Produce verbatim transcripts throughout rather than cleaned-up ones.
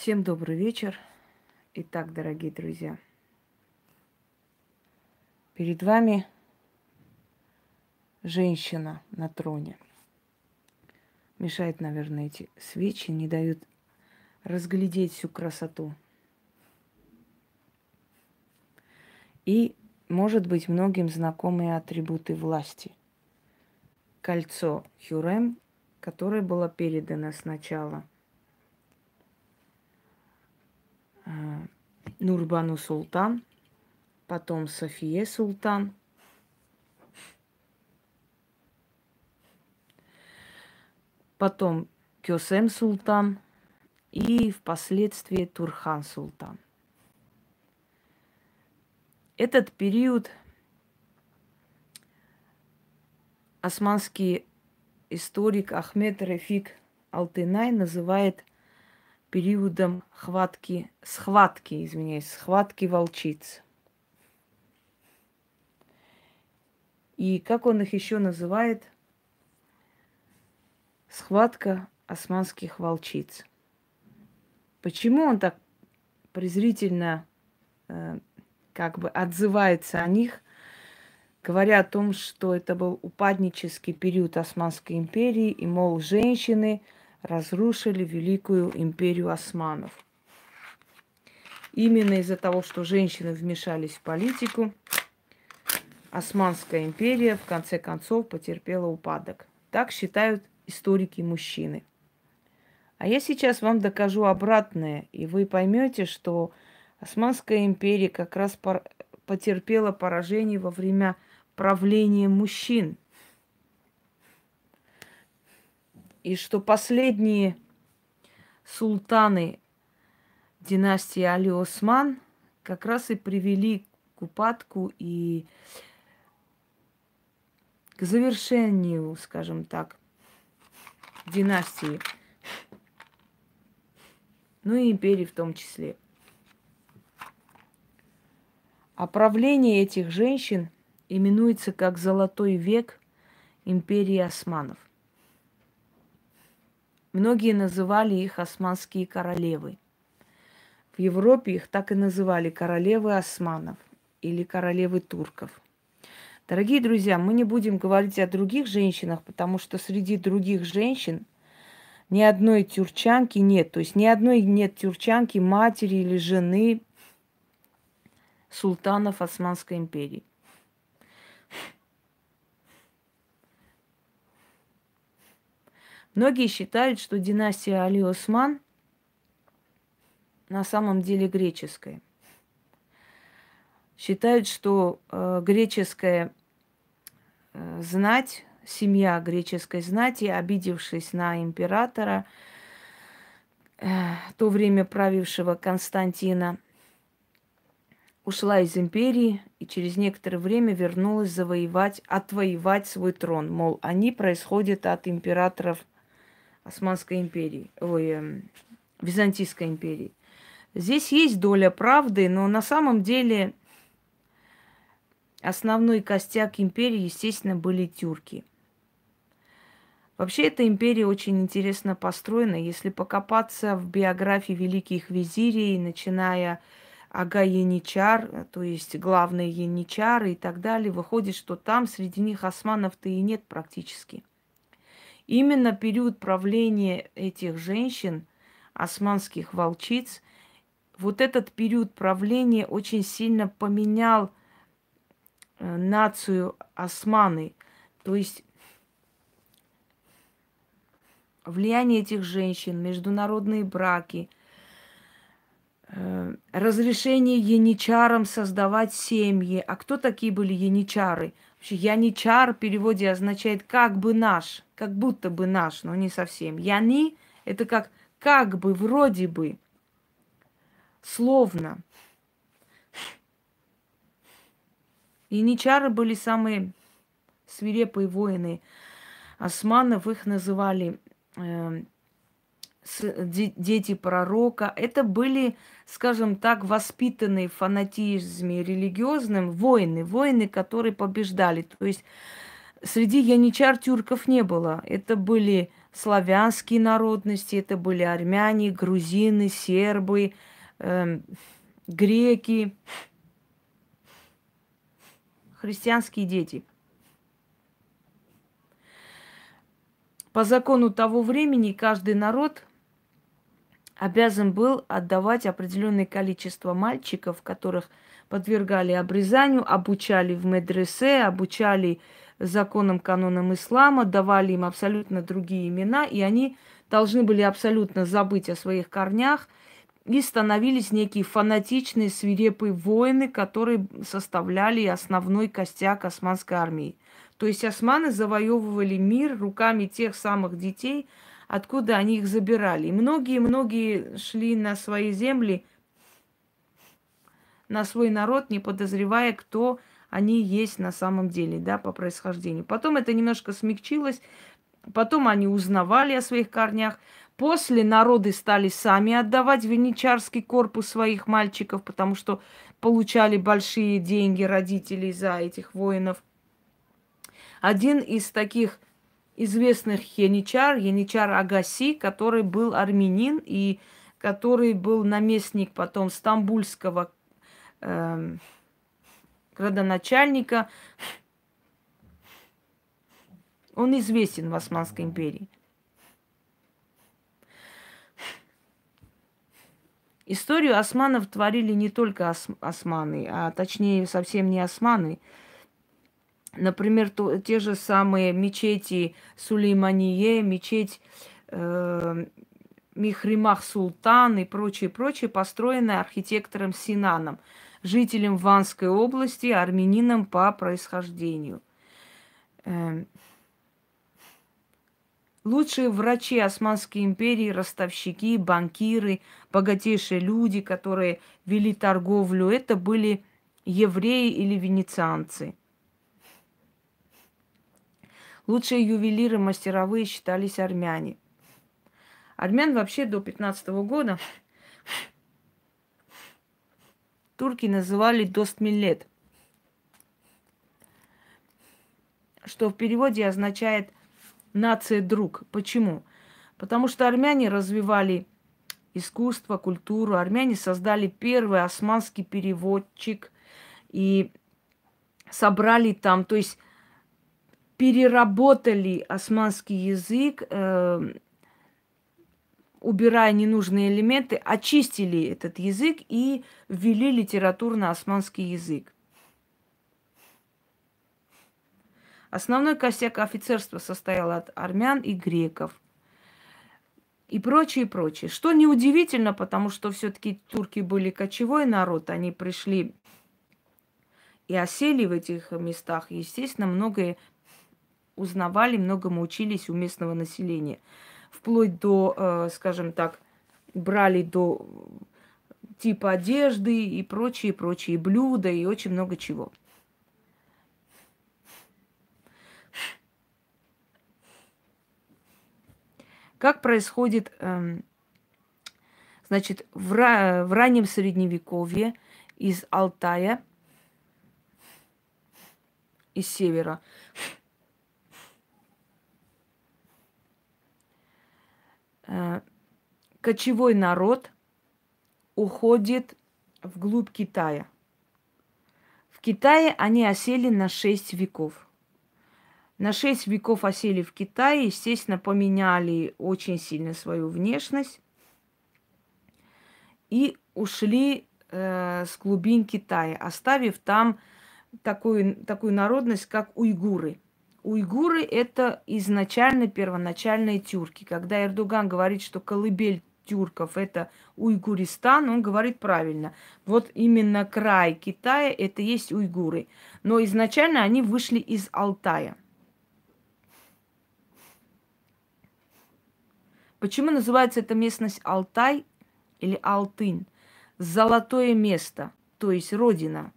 Всем добрый вечер. Итак, дорогие друзья, перед вами женщина на троне. Мешают, наверное, эти свечи, не дают разглядеть всю красоту. И, может быть, многим знакомые атрибуты власти. Кольцо Хюррем, которое было передано сначала Нурбану Султан, потом Софие Султан, потом Кёсем Султан и впоследствии Турхан Султан. Этот период османский историк Ахмед Рефик Алтынай называет периодом хватки, схватки, извиняюсь, схватки волчиц. И как он их еще называет? Схватка османских волчиц. Почему он так презрительно э, как бы отзывается о них, говоря о том, что это был упаднический период Османской империи, и, мол, женщины разрушили великую империю османов. Именно из-за того, что женщины вмешались в политику, Османская империя в конце концов потерпела упадок. Так считают историки-мужчины. А я сейчас вам докажу обратное, и вы поймете, что Османская империя как раз потерпела поражение во время правления мужчин. И что последние султаны династии Али Осман как раз и привели к упадку и к завершению, скажем так, династии, ну и империи в том числе. А правление этих женщин именуется как «Золотой век империи османов». Многие называли их османские королевы. В Европе их так и называли королевы османов или королевы турков. Дорогие друзья, мы не будем говорить о других женщинах, потому что среди других женщин ни одной тюркчанки нет. То есть ни одной нет тюркчанки, матери или жены султанов Османской империи. Многие считают, что династия Али Осман на самом деле греческая. Считают, что э, греческая э, знать, семья греческой знати, обидевшись на императора, э, то время правившего Константина, ушла из империи и через некоторое время вернулась завоевать, отвоевать свой трон. Мол, они происходят от императоров Османской империи, ой, э, Византийской империи. Здесь есть доля правды, но на самом деле основной костяк империи, естественно, были тюрки. Вообще, эта империя очень интересно построена. Если покопаться в биографии великих визирей, начиная Ага Яничар, то есть главные яничары и так далее, выходит, что там среди них османов-то и нет практически. Именно период правления этих женщин, османских волчиц, вот этот период правления очень сильно поменял э, нацию османы. То есть влияние этих женщин, международные браки, э, разрешение яничарам создавать семьи. А кто такие были яничары? Вообще, яничар в переводе означает как бы наш, как будто бы наш, но не совсем. Яни – это как как бы, вроде бы, словно. Яничары были самые свирепые воины османов, их называли э, с, де, дети пророка. Это были, скажем так, воспитанные в фанатизме религиозным воины, воины, которые побеждали. То есть среди яничар тюрков не было. Это были славянские народности. Это были армяне, грузины, сербы, э, греки, христианские дети. По закону того времени каждый народ обязан был отдавать определенное количество мальчиков, которых подвергали обрезанию, обучали в медресе, обучали законам, канонам ислама, давали им абсолютно другие имена, и они должны были абсолютно забыть о своих корнях и становились некие фанатичные, свирепые воины, которые составляли основной костяк османской армии. То есть османы завоевывали мир руками тех самых детей, откуда они их забирали. И многие-многие шли на свои земли, на свой народ, не подозревая, кто они есть на самом деле, да, по происхождению. Потом это немножко смягчилось, потом они узнавали о своих корнях. После народы стали сами отдавать в янычарский корпус своих мальчиков, потому что получали большие деньги родителей за этих воинов. Один из таких известных янычар, янычар Агаси, который был армянин и который был наместник потом стамбульского э, градоначальника, он известен в Османской империи. Историю османов творили не только ос- османы, а точнее совсем не османы. Например, то, те же самые мечети Сулеймание, мечеть э, Михримах Султан и прочее, прочее, построены архитектором Синаном, жителем Ванской области, армянином по происхождению. Э, Лучшие врачи Османской империи, ростовщики, банкиры, богатейшие люди, которые вели торговлю, это были евреи или венецианцы. Лучшие ювелиры, мастеровые считались армяне. Армян вообще до пятнадцатого года турки называли достмиллет, что в переводе означает «нация друг». Почему? Потому что армяне развивали искусство, культуру. Армяне создали первый османский переводчик и собрали там, то есть переработали османский язык, э, убирая ненужные элементы, очистили этот язык и ввели литературно-османский язык. Основной костяк офицерства состоял от армян и греков. И прочее, прочее. Что неудивительно, потому что все-таки турки были кочевой народ. Они пришли и осели в этих местах. Естественно, многое узнавали, многому учились у местного населения. Вплоть до, э, скажем так, брали до типа одежды и прочие, прочие блюда и очень много чего. Как происходит, э, значит, в, ра- в раннем Средневековье из Алтая, из севера, э, кочевой народ уходит вглубь Китая. В Китае они осели на шесть веков. На шесть веков осели в Китае, естественно, поменяли очень сильно свою внешность и ушли э, с глубин Китая, оставив там такую, такую народность, как уйгуры. Уйгуры – это изначально первоначальные тюрки. Когда Эрдоган говорит, что колыбель тюрков – это Уйгуристан, он говорит правильно. Вот именно край Китая – это есть уйгуры. Но изначально они вышли из Алтая. Почему называется эта местность Алтай или Алтын? Золотое место, то есть родина.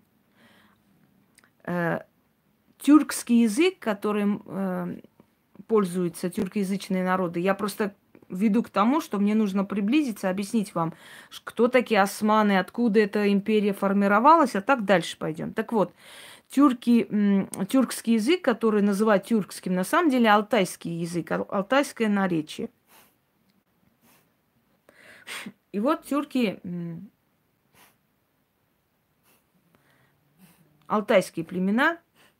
Э, тюркский язык, которым э, пользуются тюркоязычные народы, я просто веду к тому, что мне нужно приблизиться, объяснить вам, кто такие османы, откуда эта империя формировалась, а так дальше пойдем. Так вот, тюрки, тюркский язык, который называют тюркским, на самом деле алтайский язык, алтайское наречие. И вот тюрки, алтайские племена,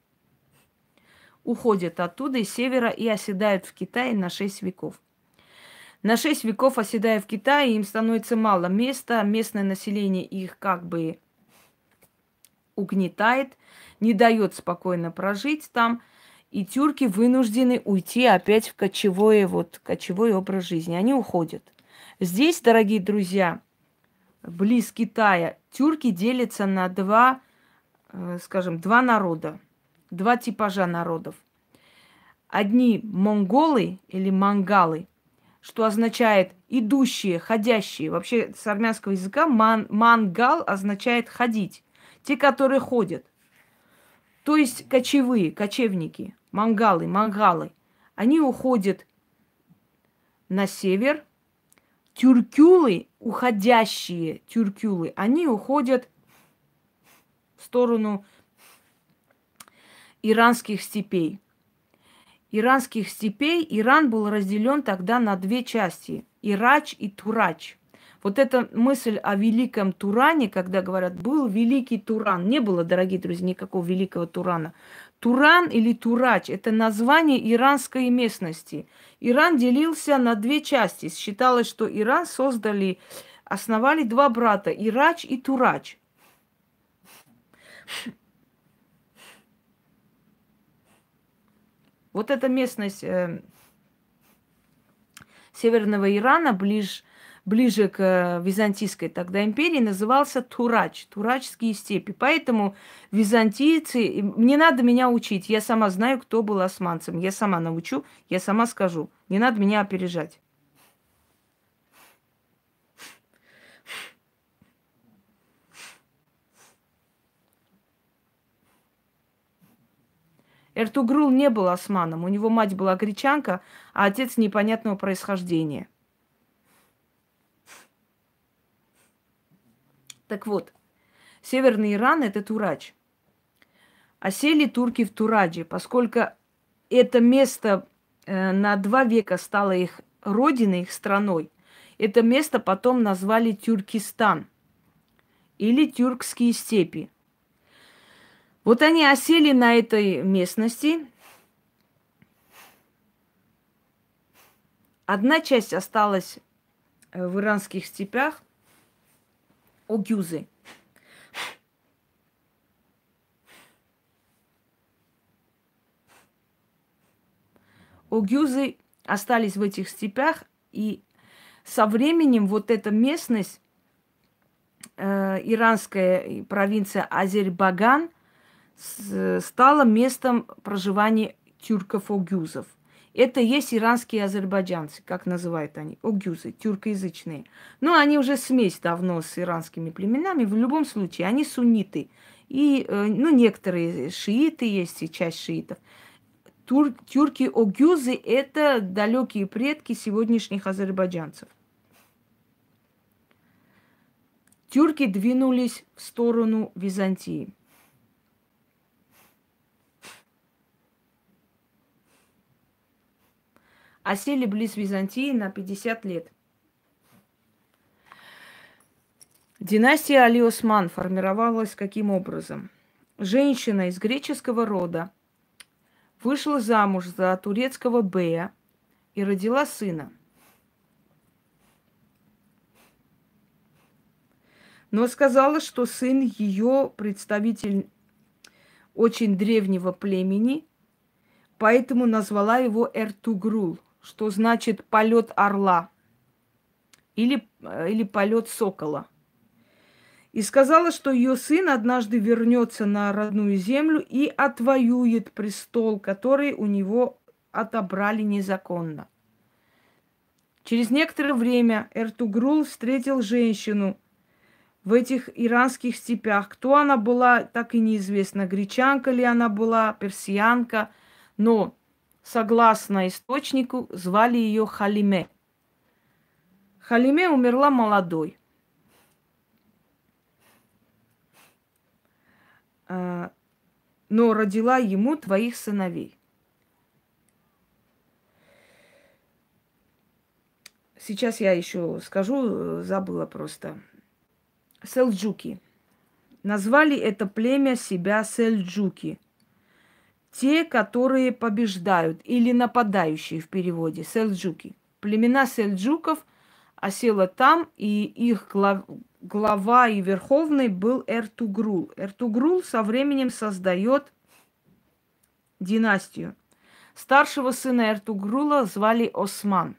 уходят оттуда, из севера, и оседают в Китае на шесть веков. На шесть веков, оседая в Китае, им становится мало места, местное население их как бы угнетает, не дает спокойно прожить там, и тюрки вынуждены уйти опять в кочевой, вот, кочевой образ жизни. Они уходят. Здесь, дорогие друзья, близ Китая, тюрки делятся на два, скажем, два народа, два типажа народов. Одни монголы или мангалы, что означает идущие, ходящие. Вообще с армянского языка ман, мангал означает ходить. Те, которые ходят. То есть кочевые, кочевники, мангалы, мангалы. Они уходят на север. Тюркюлы, уходящие тюркюлы, они уходят в сторону иранских степей. Иранских степей Иран был разделен тогда на две части – Ирач и Турач. Вот эта мысль о великом Туране, когда говорят, был великий Туран. Не было, дорогие друзья, никакого великого Турана. Туран или Турач – это название иранской местности. Иран делился на две части. Считалось, что Иран создали, основали два брата – Ирач и Турач. Вот эта местность э, северного Ирана, ближе, ближе к э, византийской тогда империи, назывался Турач, Турачские степи. Поэтому византийцы, не надо меня учить, я сама знаю, кто был османцем, я сама научу, я сама скажу, не надо меня опережать. Эртугрул не был османом. У него мать была гречанка, а отец непонятного происхождения. Так вот, северный Иран – это Турач. Осели турки в Турадже, поскольку это место э, на два века стало их родиной, их страной. Это место потом назвали Тюркистан или Тюркские степи. Вот они осели на этой местности. Одна часть осталась в иранских степях, огюзы. Огюзы остались в этих степях, и со временем вот эта местность, э, иранская провинция Азербайджан, стало местом проживания тюрков-огюзов. Это есть иранские азербайджанцы, как называют они, огюзы, тюркоязычные. Но они уже смесь давно с иранскими племенами. В любом случае, они сунниты. И, ну, некоторые шииты есть, и часть шиитов. Тур, тюрки-огюзы – это далекие предки сегодняшних азербайджанцев. Тюрки двинулись в сторону Византии. Осели близ Византии на пятьдесят лет. Династия Али-Осман формировалась каким образом? Женщина из греческого рода вышла замуж за турецкого бея и родила сына. Но сказала, что сын ее представитель очень древнего племени, поэтому назвала его Эртугрул, что значит полет орла или, или полет сокола. И сказала, что ее сын однажды вернется на родную землю и отвоюет престол, который у него отобрали незаконно. Через некоторое время Эртугрул встретил женщину в этих иранских степях. Кто она была, так и неизвестно. Гречанка ли она была, персианка. Но, согласно источнику, звали ее Халиме. Халиме умерла молодой. Но но родила ему твоих сыновей. Сейчас я еще скажу, забыла просто. Селджуки. Назвали это племя себя сельджуки. Те, которые побеждают, или нападающие в переводе, сельджуки. Племена сельджуков осело там, и их глав, глава и верховный был Эртугрул. Эртугрул со временем создает династию. Старшего сына Эртугрула звали Осман.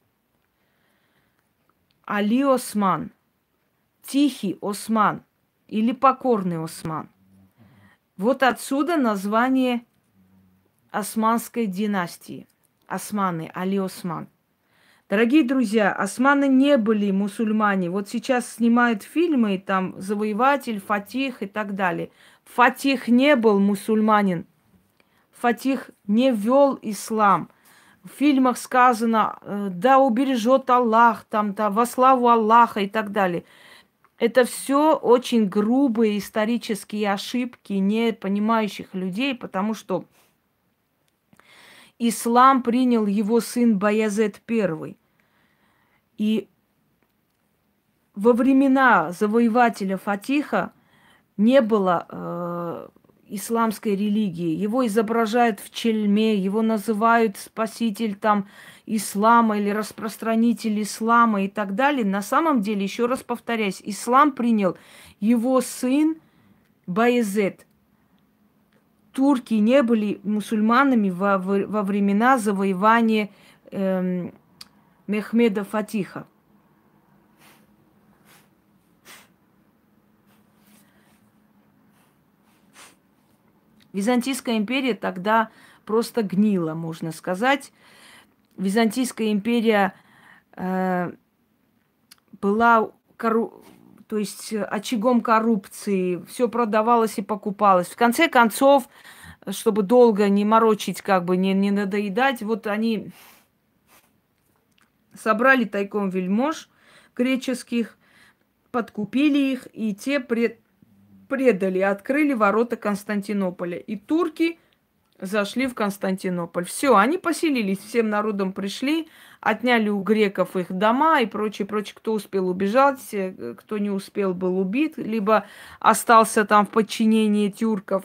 Али Осман, Тихий Осман или Покорный Осман. Вот отсюда название Османской династии. Османы, Али Осман. Дорогие друзья, османы не были мусульмане. Вот сейчас снимают фильмы, там «Завоеватель», «Фатих» и так далее. Фатих не был мусульманин. Фатих не вел ислам. В фильмах сказано, да убережет Аллах, там, да, во славу Аллаха и так далее. Это все очень грубые исторические ошибки не понимающих людей, потому что ислам принял его сын Баязет I. И во времена завоевателя Фатиха не было э, исламской религии. Его изображают в челме, его называют спаситель там ислама или распространитель ислама и так далее. На самом деле, еще раз повторяюсь, ислам принял его сын Баязет. Турки не были мусульманами во, во времена завоевания э, Мехмеда Фатиха. Византийская империя тогда просто гнила, можно сказать. Византийская империя э, была корру... то есть очагом коррупции, все продавалось и покупалось. В конце концов, чтобы долго не морочить, как бы не, не надоедать, вот они собрали тайком вельмож греческих, подкупили их, и те пред... предали, открыли ворота Константинополя. И турки зашли в Константинополь. Все, они поселились, всем народом пришли, отняли у греков их дома и прочее, прочее. Кто успел убежать, кто не успел, был убит, либо остался там в подчинении тюрков.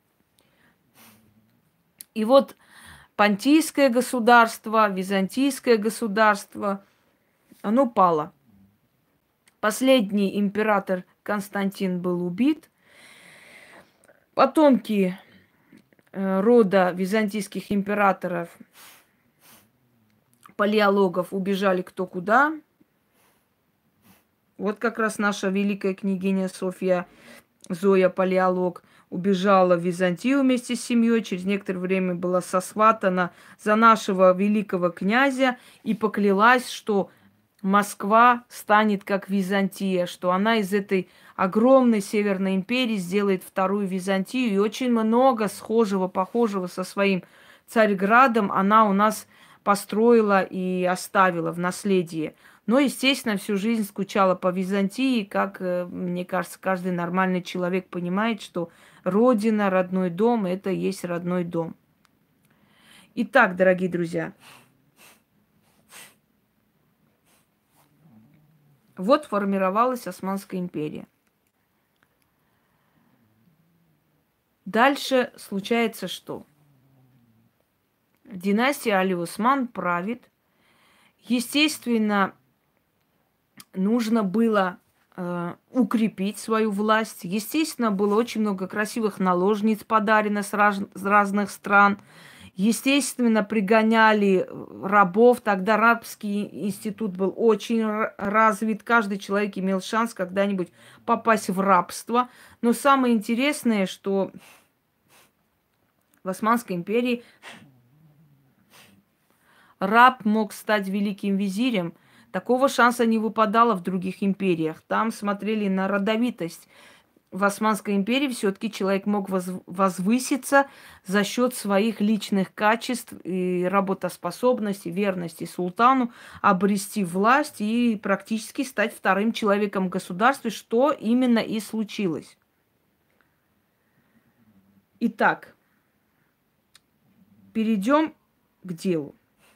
И вот Понтийское государство, Византийское государство, оно пало. Последний император Константин был убит. Потомки рода византийских императоров, палеологов, убежали кто куда. Вот как раз наша великая княгиня Софья Зоя Палеолог убежала в Византию вместе с семьей, через некоторое время была сосватана за нашего великого князя и поклялась, что Москва станет как Византия, что она из этой огромной Северной империи сделает вторую Византию. И очень много схожего, похожего со своим Царьградом она у нас построила и оставила в наследие. Но, естественно, всю жизнь скучала по Византии, как, мне кажется, каждый нормальный человек понимает, что родина, родной дом – это и есть родной дом. Итак, дорогие друзья, вот формировалась Османская империя. Дальше случается что? Династия Али Осман правит. Естественно, нужно было э, укрепить свою власть. Естественно, было очень много красивых наложниц подарено с, раз, с разных стран. Естественно, пригоняли рабов. Тогда рабский институт был очень развит. Каждый человек имел шанс когда-нибудь попасть в рабство. Но самое интересное, что в Османской империи раб мог стать великим визирем. Такого шанса не выпадало в других империях. Там смотрели на родовитость. В Османской империи все-таки человек мог возвыситься за счет своих личных качеств и работоспособности, верности султану, обрести власть и практически стать вторым человеком в государстве, что именно и случилось. Итак, перейдем к делу.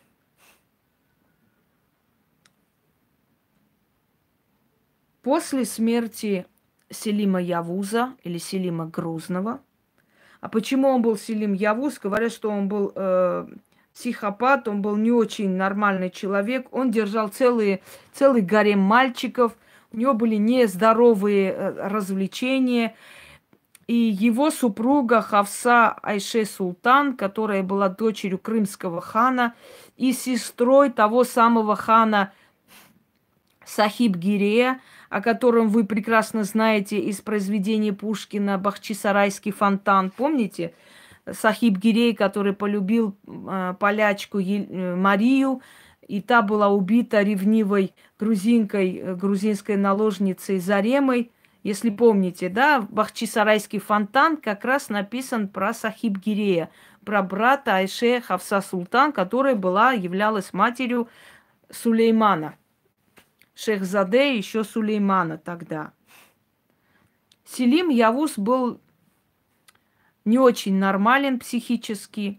После смерти Селима Явуза или Селима Грозного, а почему он был Селим Явуз? Говорят, что он был э, психопат, он был не очень нормальный человек, он держал целые, целый гарем мальчиков, у него были нездоровые э, развлечения. И его супруга Хавса Айше Султан, которая была дочерью крымского хана и сестрой того самого хана Сахиб-Гирея, о котором вы прекрасно знаете из произведения Пушкина «Бахчисарайский фонтан». Помните? Сахиб-Гирей, который полюбил э, полячку Е- Марию, и та была убита ревнивой грузинкой, э, грузинской наложницей Заремой. Если помните, да, «Бахчисарайский фонтан» как раз написан про Сахиб-Гирея, про брата Айше Хавса Султан, которая была, являлась матерью Сулеймана. Шехзаде еще Сулеймана тогда. Селим Явуз был не очень нормален психически.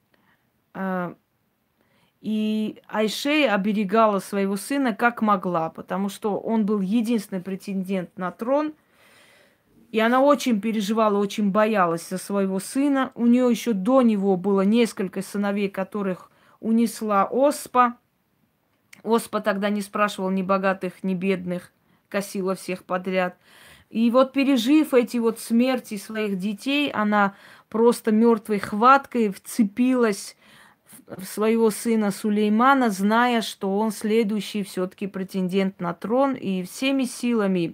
И Айше оберегала своего сына как могла, потому что он был единственный претендент на трон. И она очень переживала, очень боялась за своего сына. У нее еще до него было несколько сыновей, которых унесла оспа. Оспа тогда не спрашивала ни богатых, ни бедных, косила всех подряд. И вот пережив эти вот смерти своих детей, она просто мертвой хваткой вцепилась в своего сына Сулеймана, зная, что он следующий все-таки претендент на трон, и всеми силами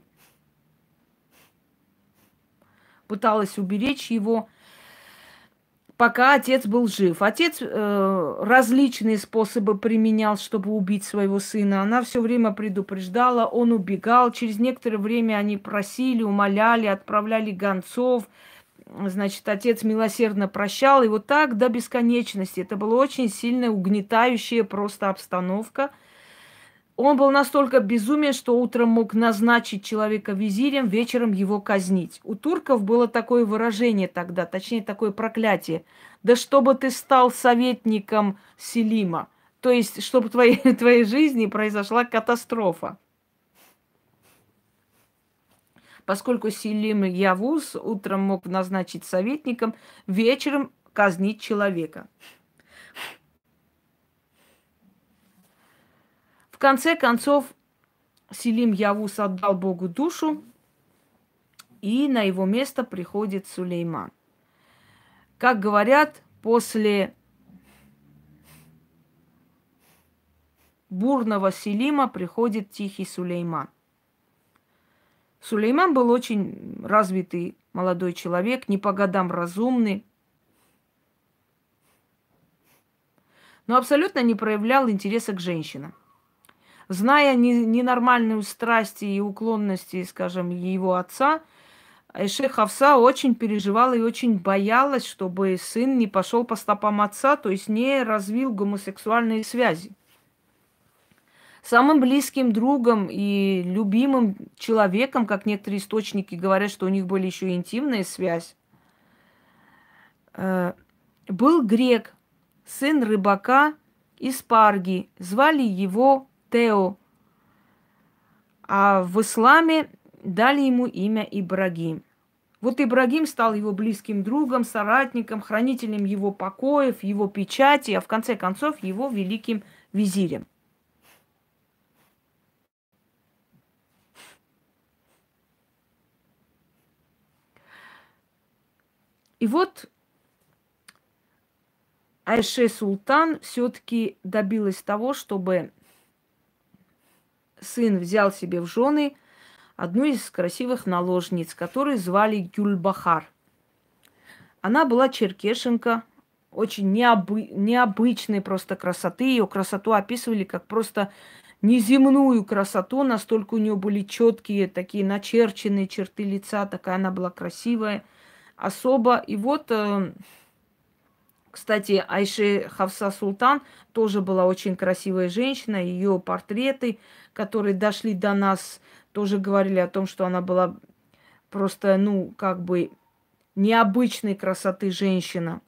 пыталась уберечь его, пока отец был жив. Отец э, различные способы применял, чтобы убить своего сына. Она все время предупреждала, он убегал. Через некоторое время они просили, умоляли, отправляли гонцов. Значит, отец милосердно прощал. И вот так до бесконечности. Это была очень сильная, угнетающая просто обстановка. Он был настолько безумен, что утром мог назначить человека визирем, вечером его казнить. У турков было такое выражение тогда, точнее, такое проклятие. Да чтобы ты стал советником Селима. То есть, чтобы в твоей, твоей жизни произошла катастрофа. Поскольку Селим Явуз утром мог назначить советником, вечером казнить человека. В конце концов, Селим Явуз отдал Богу душу, и на его место приходит Сулейман. Как говорят, после бурного Селима приходит тихий Сулейман. Сулейман был очень развитый молодой человек, не по годам разумный, но абсолютно не проявлял интереса к женщинам. Зная ненормальную страсть и уклонности, скажем, его отца, Айше Хавса очень переживала и очень боялась, чтобы сын не пошел по стопам отца, то есть не развил гомосексуальные связи. Самым близким другом и любимым человеком, как некоторые источники говорят, что у них были еще и интимная связь, был грек, сын рыбака из Парги. Звали его Тео, а в исламе дали ему имя Ибрагим. Вот Ибрагим стал его близким другом, соратником, хранителем его покоев, его печати, а в конце концов его великим визирем. И вот Айше Султан все-таки добилась того, чтобы сын взял себе в жены одну из красивых наложниц, которую звали Гюльбахар. Она была черкешенка, очень необы- необычной просто красоты. Ее красоту описывали как просто неземную красоту, настолько у нее были четкие, такие начерченные черты лица, такая она была красивая, особо. И вот, э, кстати, Айше Хавса Султан тоже была очень красивая женщина, ее портреты, которые дошли до нас, тоже говорили о том, что она была просто, ну, как бы необычной красоты женщина.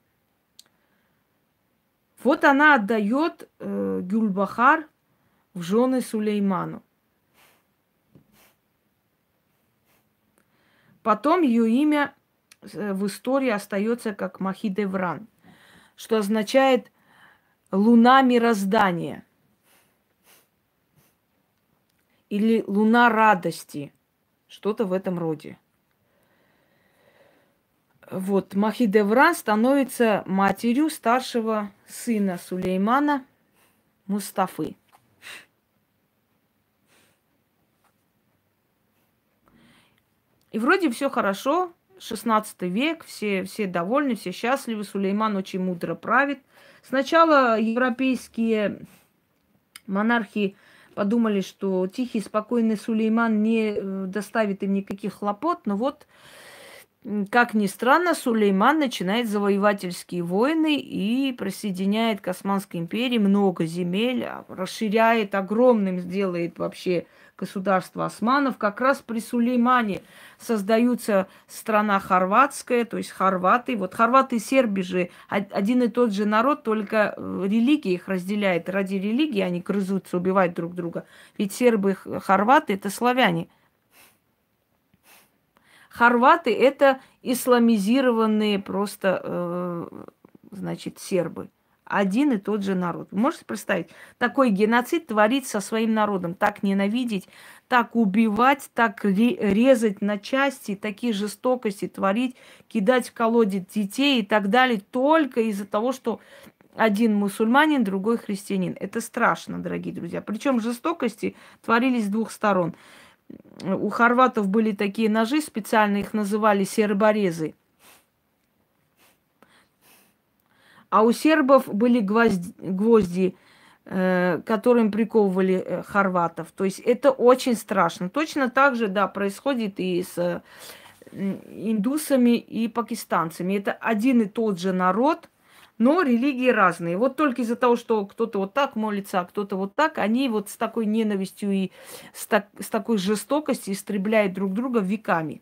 Вот она отдает э, Гюльбахар в жены Сулейману. Потом ее имя в истории остается как Махидевран, что означает луна мироздания или луна радости, что-то в этом роде. Вот, Махидевран становится матерью старшего сына Сулеймана Мустафы. И вроде все хорошо, шестнадцатый век, все, все довольны, все счастливы, Сулейман очень мудро правит. Сначала европейские монархи подумали, что тихий, спокойный Сулейман не доставит им никаких хлопот, но вот, как ни странно, Сулейман начинает завоевательские войны и присоединяет к Османской империи много земель, расширяет, огромным сделает вообще государство османов. Как раз при Сулеймане создаются страна хорватская, то есть хорваты. Вот хорваты и серби же один и тот же народ, только религия их разделяет. Ради религии они грызутся, убивают друг друга. Ведь сербы и хорваты – это славяне. Хорваты – это исламизированные просто, э, значит, сербы. Один и тот же народ. Вы можете представить, такой геноцид творить со своим народом, так ненавидеть, так убивать, так резать на части, такие жестокости творить, кидать в колодец детей и так далее, только из-за того, что один мусульманин, другой христианин. Это страшно, дорогие друзья. Причем жестокости творились с двух сторон. У хорватов были такие ножи, специально их называли серборезы. А у сербов были гвозди, гвозди э, которым приковывали э, хорватов. То есть это очень страшно. Точно так же, да, происходит и с э, индусами и пакистанцами. Это один и тот же народ, но религии разные. Вот только из-за того, что кто-то вот так молится, а кто-то вот так, они вот с такой ненавистью и с, так, с такой жестокостью истребляют друг друга веками.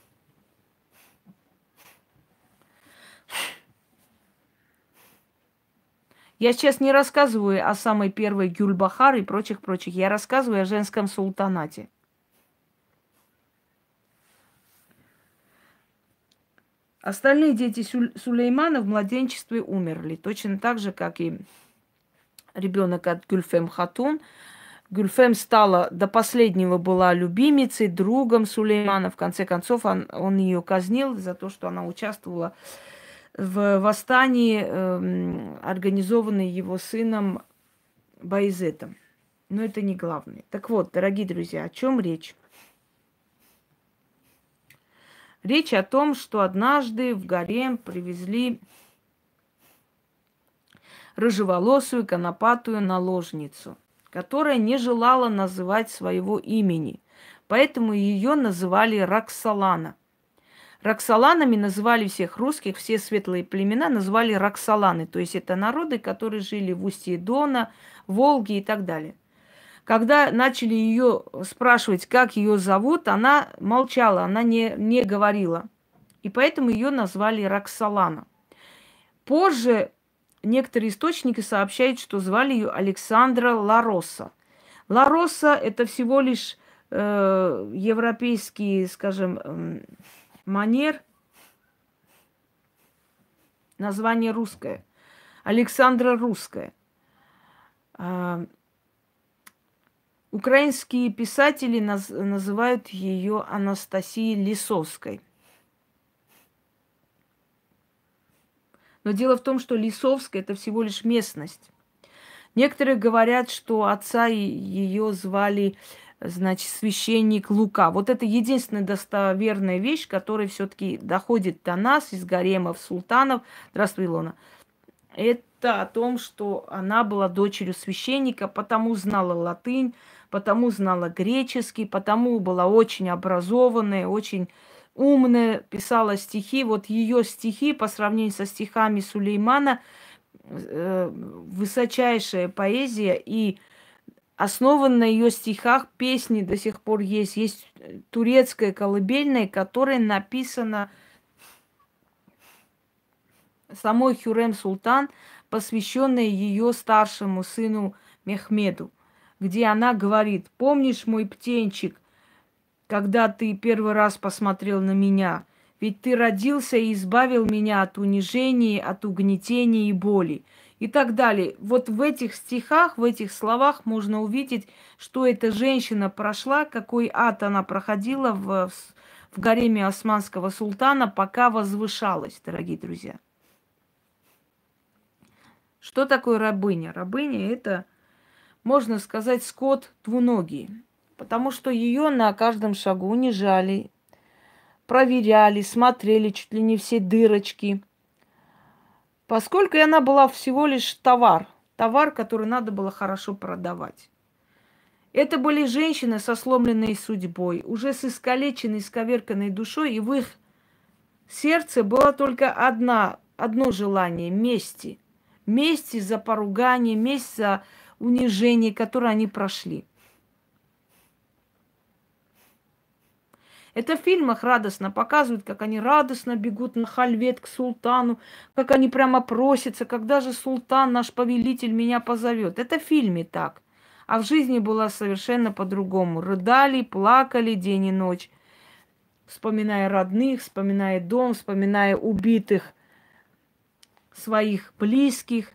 Я сейчас не рассказываю о самой первой Гюльбахар и прочих-прочих. Я рассказываю о женском султанате. Остальные дети Сулеймана в младенчестве умерли. Точно так же, как и ребенок от Гюльфем Хатун. Гюльфем стала, до последнего была любимицей, другом Сулеймана. В конце концов, он, он ее казнил за то, что она участвовала в восстании, э, организованной его сыном Баязетом. Но это не главное. Так вот, дорогие друзья, о чем речь? Речь о том, что однажды в гарем привезли рыжеволосую конопатую наложницу, которая не желала называть своего имени. Поэтому ее называли Роксолана. Роксоланами называли всех русских, все светлые племена называли Роксоланы. То есть это народы, которые жили в устье Дона, Волге и так далее. Когда начали ее спрашивать, как ее зовут, она молчала, она не, не говорила. И поэтому ее назвали Роксолана. Позже некоторые источники сообщают, что звали ее Александра Лароса. Лароса – это всего лишь э, европейский, скажем, э, манер, название русское. Александра русская. А, украинские писатели наз, называют ее Анастасией Лисовской. Но дело в том, что Лисовская – это всего лишь местность. Некоторые говорят, что отца ее звали, значит, священник Лука. Вот это единственная достоверная вещь, которая все-таки доходит до нас из гаремов султанов. Здравствуй, Илона. Это о том, что она была дочерью священника, потому знала латынь, потому знала греческий, потому была очень образованная, очень умная, писала стихи. Вот ее стихи по сравнению со стихами Сулеймана э, высочайшая поэзия, и основан на ее стихах песни до сих пор есть. Есть турецкая колыбельная, которая написана самой Хюррем Султан, посвященная ее старшему сыну Мехмеду, где она говорит: «Помнишь, мой птенчик, когда ты первый раз посмотрел на меня? Ведь ты родился и избавил меня от унижений, от угнетений и боли». И так далее. Вот в этих стихах, в этих словах можно увидеть, что эта женщина прошла, какой ад она проходила в, в гареме османского султана, пока возвышалась, дорогие друзья. Что такое рабыня? Рабыня – это, можно сказать, скот двуногий, потому что ее на каждом шагу унижали, проверяли, смотрели чуть ли не все дырочки, поскольку она была всего лишь товар, товар, который надо было хорошо продавать. Это были женщины со сломленной судьбой, уже с искалеченной, исковерканной душой, и в их сердце было только одна, одно желание – мести. Мести за поругание, месть за унижение, которое они прошли. Это в фильмах радостно показывают, как они радостно бегут на хальвет к султану, как они прямо просятся, когда же султан, наш повелитель, меня позовет. Это в фильме так. А в жизни было совершенно по-другому. Рыдали, плакали день и ночь, вспоминая родных, вспоминая дом, вспоминая убитых своих близких.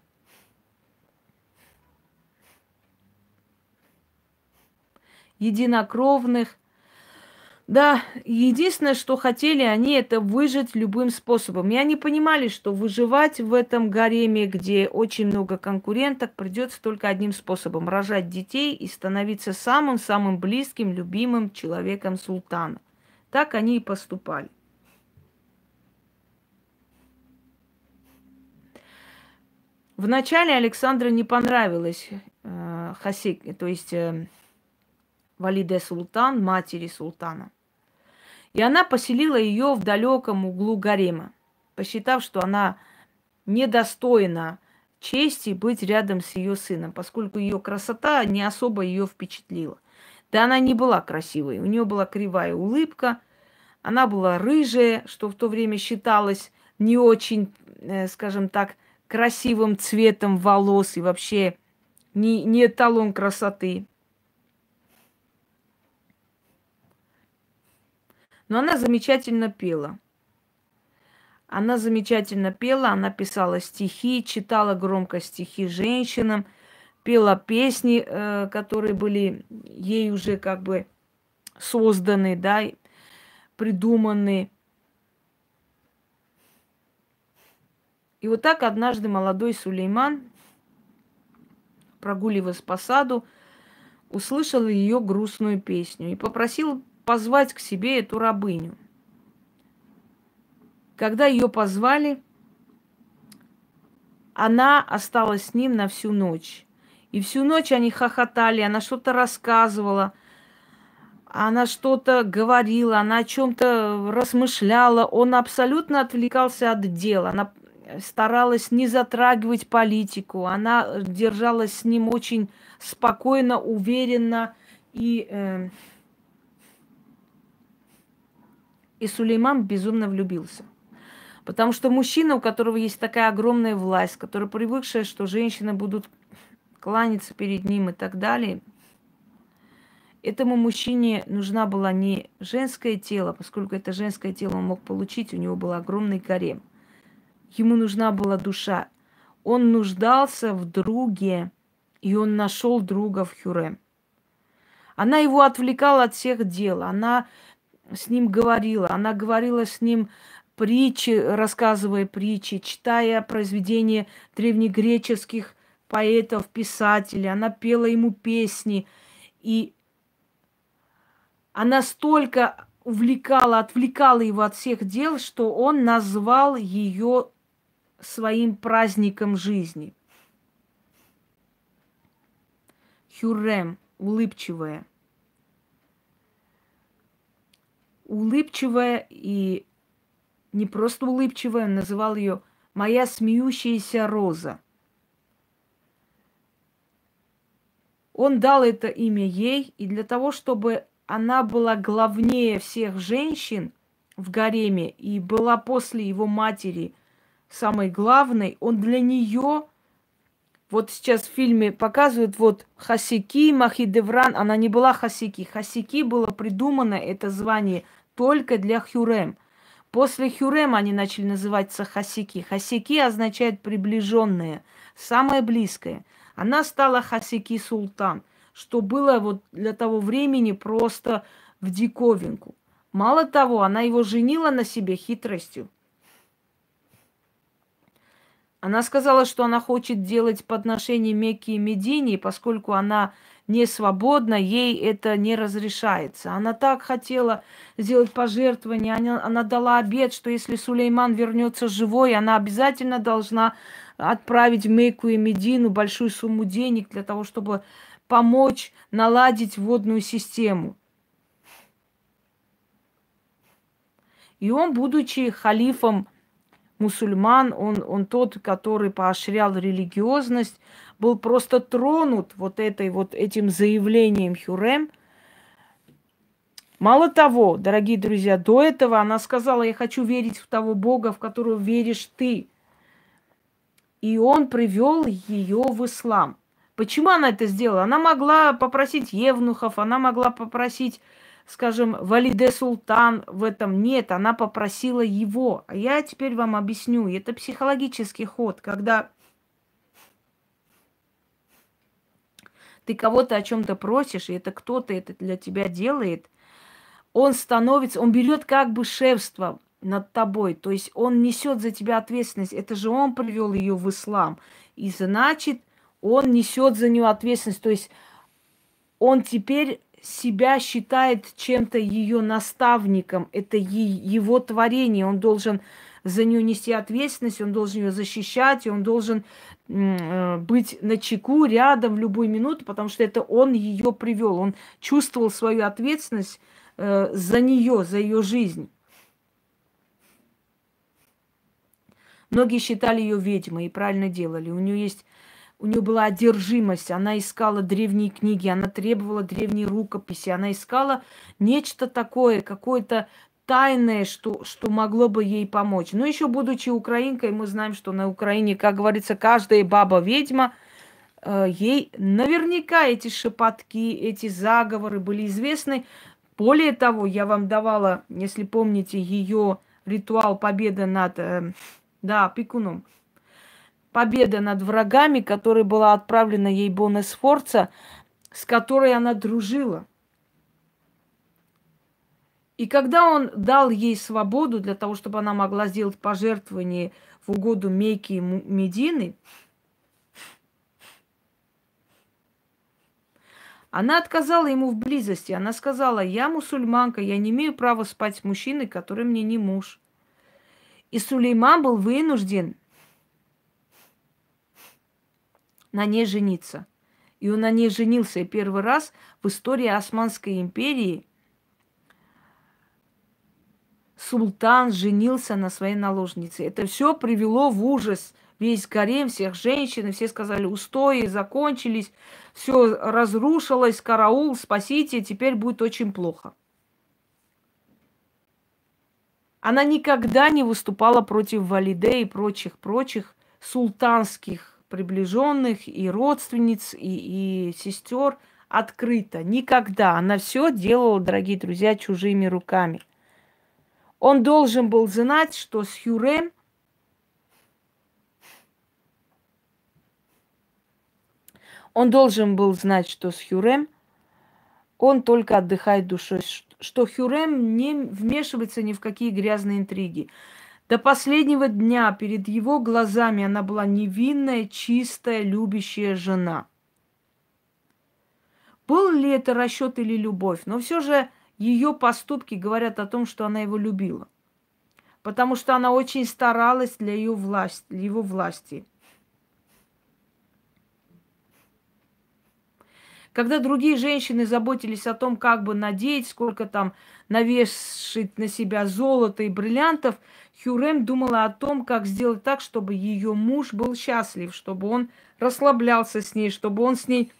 Единокровных. Да, единственное, что хотели они, это выжить любым способом. И они понимали, что выживать в этом гареме, где очень много конкуренток, придется только одним способом – рожать детей и становиться самым-самым близким, любимым человеком султана. Так они и поступали. Вначале Александра не понравилось э, Хасик, то есть э, Валиде Султан, матери султана. И она поселила ее в далеком углу гарема, посчитав, что она недостойна чести быть рядом с ее сыном, поскольку ее красота не особо ее впечатлила. Да она не была красивой, у нее была кривая улыбка, она была рыжая, что в то время считалось не очень, э, скажем так, красивым цветом волос и вообще не, не эталон красоты. Но она замечательно пела. Она замечательно пела, она писала стихи, читала громко стихи женщинам, пела песни, э, которые были ей уже как бы созданы, да, придуманы. И вот так однажды молодой Сулейман, прогуливаясь по саду, услышал ее грустную песню и попросил позвать к себе эту рабыню. Когда ее позвали, она осталась с ним на всю ночь. И всю ночь они хохотали, она что-то рассказывала, она что-то говорила, она о чем-то размышляла. Он абсолютно отвлекался от дела. Она старалась не затрагивать политику. Она держалась с ним очень спокойно, уверенно. И, э, и Сулейман безумно влюбился. Потому что мужчина, у которого есть такая огромная власть, который привыкшая, что женщины будут кланяться перед ним и так далее, этому мужчине нужна была не женское тело, поскольку это женское тело он мог получить, у него был огромный гарем. Ему нужна была душа. Он нуждался в друге, и он нашел друга в Хюррем. Она его отвлекала от всех дел, она с ним говорила, она говорила с ним притчи, рассказывая притчи, читая произведения древнегреческих поэтов, писателей. Она пела ему песни. И она столько увлекала, отвлекала его от всех дел, что он назвал ее своим праздником жизни. Хюррем, улыбчивая. Улыбчивая и не просто улыбчивая, он называл ее «моя смеющаяся роза». Он дал это имя ей, и для того, чтобы она была главнее всех женщин в гареме и была после его матери самой главной, он для нее, вот сейчас в фильме показывают, вот Хасики, Махидевран, она не была Хасики. Хасики было придумано, это звание, только для Хюррем. После Хюррем они начали называться Хасики. Хасики означает приближенные, самое близкое. Она стала Хасики Султан, что было вот для того времени просто в диковинку. Мало того, она его женила на себе хитростью. Она сказала, что она хочет делать подношение Мекке и Медине, поскольку она не свободна, ей это не разрешается. Она так хотела сделать пожертвование, она, она дала обет, что если Сулейман вернется живой, она обязательно должна отправить в Мекку и Медину большую сумму денег для того, чтобы помочь наладить водную систему. И он, будучи халифом мусульман, он, он тот, который поощрял религиозность, был просто тронут вот, этой, вот этим заявлением Хюррем. Мало того, дорогие друзья, до этого она сказала: я хочу верить в того Бога, в которого веришь ты. И он привел ее в ислам. Почему она это сделала? Она могла попросить евнухов, она могла попросить, скажем, Валиде Султан в этом. Нет, она попросила его. А я теперь вам объясню. Это психологический ход, когда ты кого-то о чем-то просишь, и это кто-то это для тебя делает, он становится, он берет как бы шефство над тобой. То есть он несет за тебя ответственность. Это же он привел ее в ислам. И значит, он несет за нее ответственность. То есть он теперь себя считает чем-то ее наставником. Это его творение. Он должен за нее нести ответственность, он должен ее защищать, и он должен быть начеку, рядом в любую минуту, потому что это он ее привел. Он чувствовал свою ответственность э, за нее, за ее жизнь. Многие считали ее ведьмой и правильно делали. У нее есть, у нее была одержимость, она искала древние книги, она требовала древние рукописи, она искала нечто такое, какое-то тайное, что, что могло бы ей помочь. Но еще будучи украинкой, мы знаем, что на Украине, как говорится, каждая баба-ведьма, э, ей наверняка эти шепотки, эти заговоры были известны. Более того, я вам давала, если помните, ее ритуал победы над, э, да, пикуном, победа над врагами, которая была отправлена ей Бонесфорца, с которой она дружила. И когда он дал ей свободу для того, чтобы она могла сделать пожертвование в угоду Мекки и Медины, она отказала ему в близости. Она сказала: я мусульманка, я не имею права спать с мужчиной, который мне не муж. И Сулейман был вынужден на ней жениться. И он на ней женился. И первый раз в истории Османской империи султан женился на своей наложнице. Это все привело в ужас весь гарем, всех женщин. И все сказали: устои закончились, все разрушилось, караул, спасите, теперь будет очень плохо. Она никогда не выступала против Валиде и прочих-прочих султанских приближенных и родственниц, и, и сестер открыто. Никогда. Она все делала, дорогие друзья, чужими руками. Он должен был знать, что с Хюррем он должен был знать, что с Хюррем он только отдыхает душой, что Хюррем не вмешивается ни в какие грязные интриги. До последнего дня перед его глазами она была невинная, чистая, любящая жена. Был ли это расчет или любовь? Но все же ее поступки говорят о том, что она его любила. Потому что она очень старалась для ее власти, для его власти. Когда другие женщины заботились о том, как бы надеть, сколько там навешать на себя золота и бриллиантов, Хюррем думала о том, как сделать так, чтобы ее муж был счастлив, чтобы он расслаблялся с ней, чтобы он с ней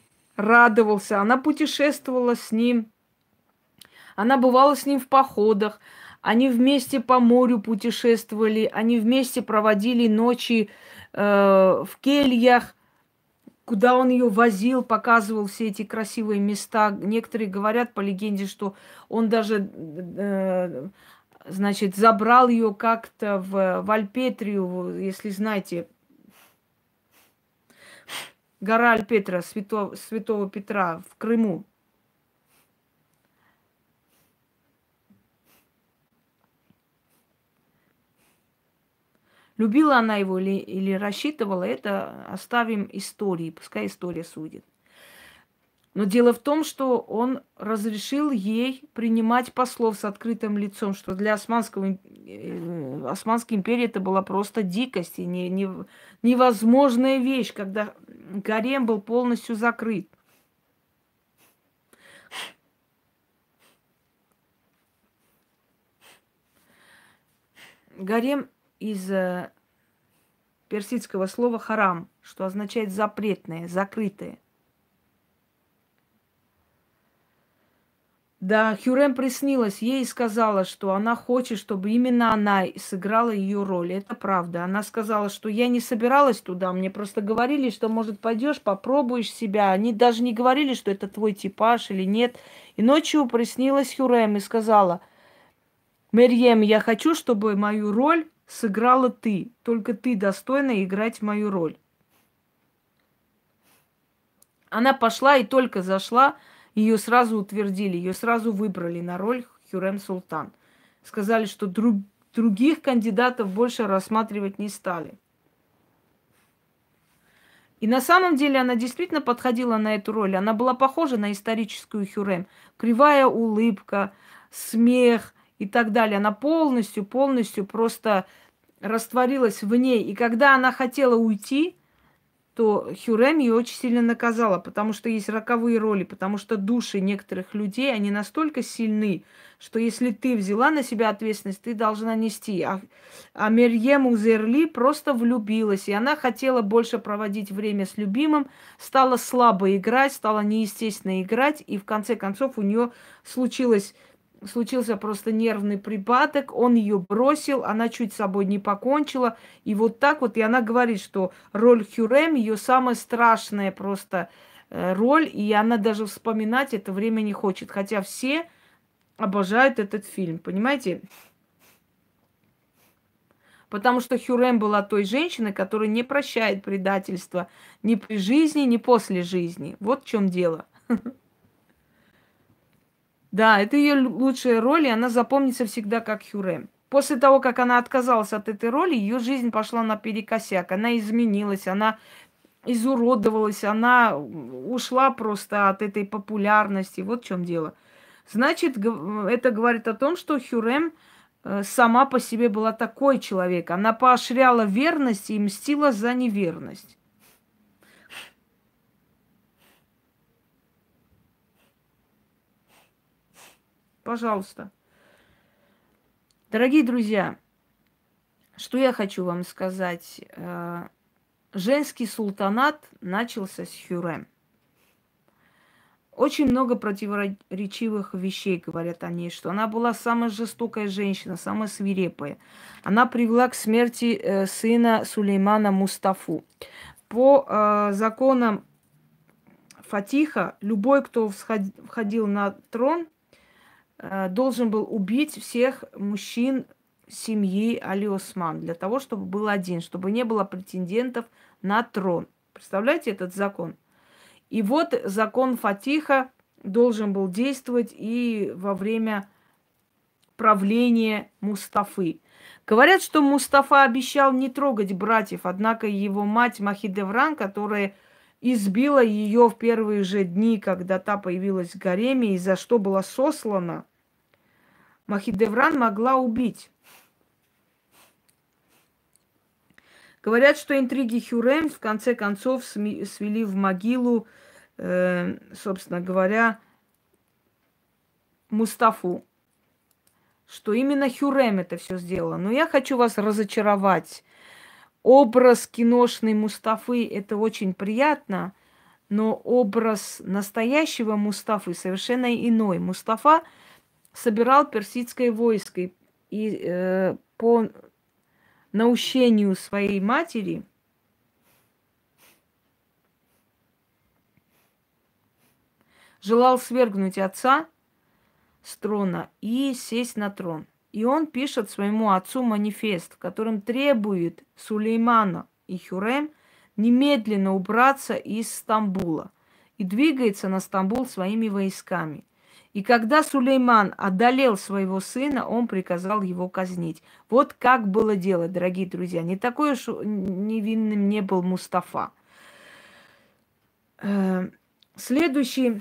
радовался. Она путешествовала с ним, она бывала с ним в походах, Они вместе по морю путешествовали, они вместе проводили ночи э, в кельях, куда он ее возил, показывал все эти красивые места. Некоторые говорят по легенде, что он даже, э, значит, забрал ее как-то в, в Альпетрию, если знаете, гора Альпетра, святого, святого Петра в Крыму. Любила она его или, или рассчитывала, это оставим истории, пускай история судит. Но дело в том, что он разрешил ей принимать послов с открытым лицом, что для Османского, э, Османской империи это была просто дикость и не, не, невозможная вещь, когда гарем был полностью закрыт. Гарем из э, персидского слова харам, что означает запретное, закрытое. Да, Хюррем приснилась ей и сказала, что она хочет, чтобы именно она сыграла ее роль. Это правда. Она сказала, что я не собиралась туда, мне просто говорили, что, может, пойдешь, попробуешь себя. Они даже не говорили, что это твой типаж или нет. И ночью приснилась Хюррем и сказала: Мерьем, я хочу, чтобы мою роль сыграла ты. Только ты достойна играть мою роль. Она пошла и только зашла, ее сразу утвердили, ее сразу выбрали на роль Хюррем Султан. Сказали, что друг, других кандидатов больше рассматривать не стали. И на самом деле она действительно подходила на эту роль. Она была похожа на историческую Хюррем. Кривая улыбка, смех и так далее. Она полностью, полностью просто растворилась в ней. И когда она хотела уйти, то Хюррем ее очень сильно наказала, потому что есть роковые роли, потому что души некоторых людей, они настолько сильны, что если ты взяла на себя ответственность, ты должна нести. А, а Мерьем Узерли просто влюбилась, и она хотела больше проводить время с любимым, стала слабо играть, стала неестественно играть, и в конце концов у нее случилось... Случился просто нервный припадок, он ее бросил, она чуть с собой не покончила. И вот так вот, и она говорит, что роль Хюррем ее самая страшная просто э, роль, и она даже вспоминать это время не хочет. Хотя все обожают этот фильм, понимаете? Потому что Хюррем была той женщиной, которая не прощает предательства ни при жизни, ни после жизни. Вот в чем дело. Да, это ее лучшая роль, и она запомнится всегда как Хюррем. После того, как она отказалась от этой роли, ее жизнь пошла наперекосяк. Она изменилась, она изуродовалась, она ушла просто от этой популярности. Вот в чем дело. Значит, это говорит о том, что Хюррем сама по себе была такой человек. Она поощряла верность и мстила за неверность. Пожалуйста. Дорогие друзья, что я хочу вам сказать. Женский султанат начался с Хюррем. Очень много противоречивых вещей говорят о ней, что она была самая жестокая женщина, самая свирепая. Она привела к смерти э, сына Сулеймана Мустафу. По э, законам Фатиха, любой, кто входил на трон, э, должен был убить всех мужчин семьи Али Осман, для того, чтобы был один, чтобы не было претендентов на трон. Представляете этот закон? И вот закон Фатиха должен был действовать и во время правления Мустафы. Говорят, что Мустафа обещал не трогать братьев, однако его мать Махидевран, которая избила ее в первые же дни, когда та появилась в гареме, и за что была сослана, Махидевран могла убить. Говорят, что интриги Хюррем в конце концов свели в могилу, э, собственно говоря, Мустафу. Что именно Хюррем это все сделала. Но я хочу вас разочаровать. Образ киношный Мустафы – это очень приятно, но образ настоящего Мустафы совершенно иной. Мустафа собирал персидское войско. и э, по наущению своей матери желал свергнуть отца с трона и сесть на трон. И он пишет своему отцу манифест, в котором требует Сулеймана и Хюррем немедленно убраться из Стамбула и двигается на Стамбул своими войсками. И когда Сулейман одолел своего сына, он приказал его казнить. Вот как было дело, дорогие друзья. Не такой уж невинным не был Мустафа. Следующий.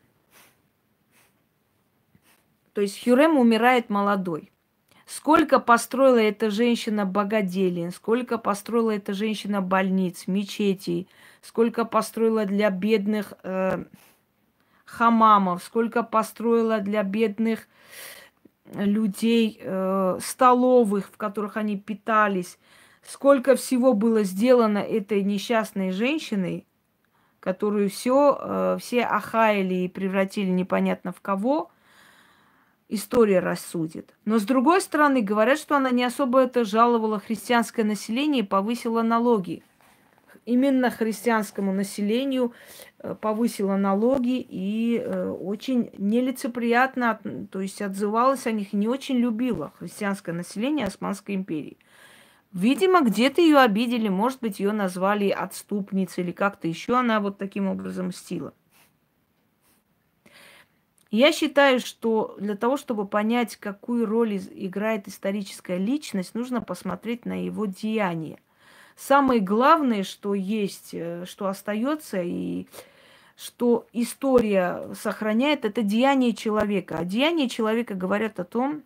То есть Хюррем умирает молодой. Сколько построила эта женщина богоделин, сколько построила эта женщина больниц, мечетей, сколько построила для бедных э, хамамов, сколько построила для бедных людей э, столовых, в которых они питались, сколько всего было сделано этой несчастной женщиной, которую все, э, все охаяли и превратили непонятно в кого. История рассудит. Но с другой стороны, говорят, что она не особо это жаловала христианское население и повысила налоги. Именно христианскому населению повысила налоги и очень нелицеприятно, то есть отзывалась о них, не очень любила христианское население Османской империи. Видимо, где-то ее обидели, может быть, ее назвали отступницей или как-то еще она вот таким образом мстила. Я считаю, что для того, чтобы понять, какую роль играет историческая личность, нужно посмотреть на его деяния. Самое главное, что есть, что остается и что история сохраняет, это деяния человека. А деяния человека говорят о том,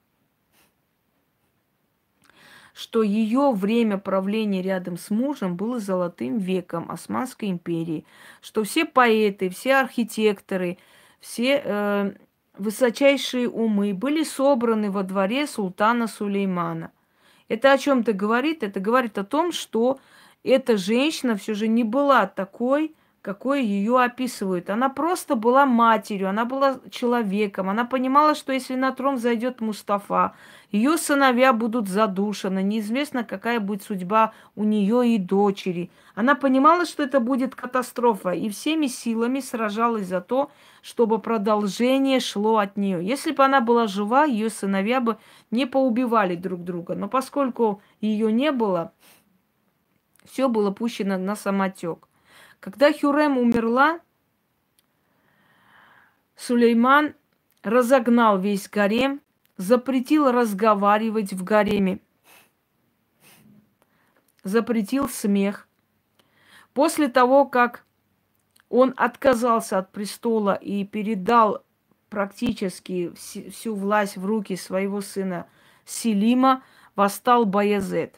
что ее время правления рядом с мужем было золотым веком Османской империи, что все поэты, все архитекторы, все э, высочайшие умы были собраны во дворе султана Сулеймана. Это о чем-то говорит? Это говорит о том, что эта женщина все же не была такой, какой ее описывают. Она просто была матерью, она была человеком. Она понимала, что если на трон зайдет Мустафа, ее сыновья будут задушены, неизвестно, какая будет судьба у нее и дочери. Она понимала, что это будет катастрофа, и всеми силами сражалась за то, чтобы продолжение шло от нее. Если бы она была жива, ее сыновья бы не поубивали друг друга. Но поскольку ее не было, все было пущено на самотек. Когда Хюррем умерла, Сулейман разогнал весь гарем, запретил разговаривать в гареме, запретил смех. После того, как он отказался от престола и передал практически всю власть в руки своего сына Селима, восстал Баязет.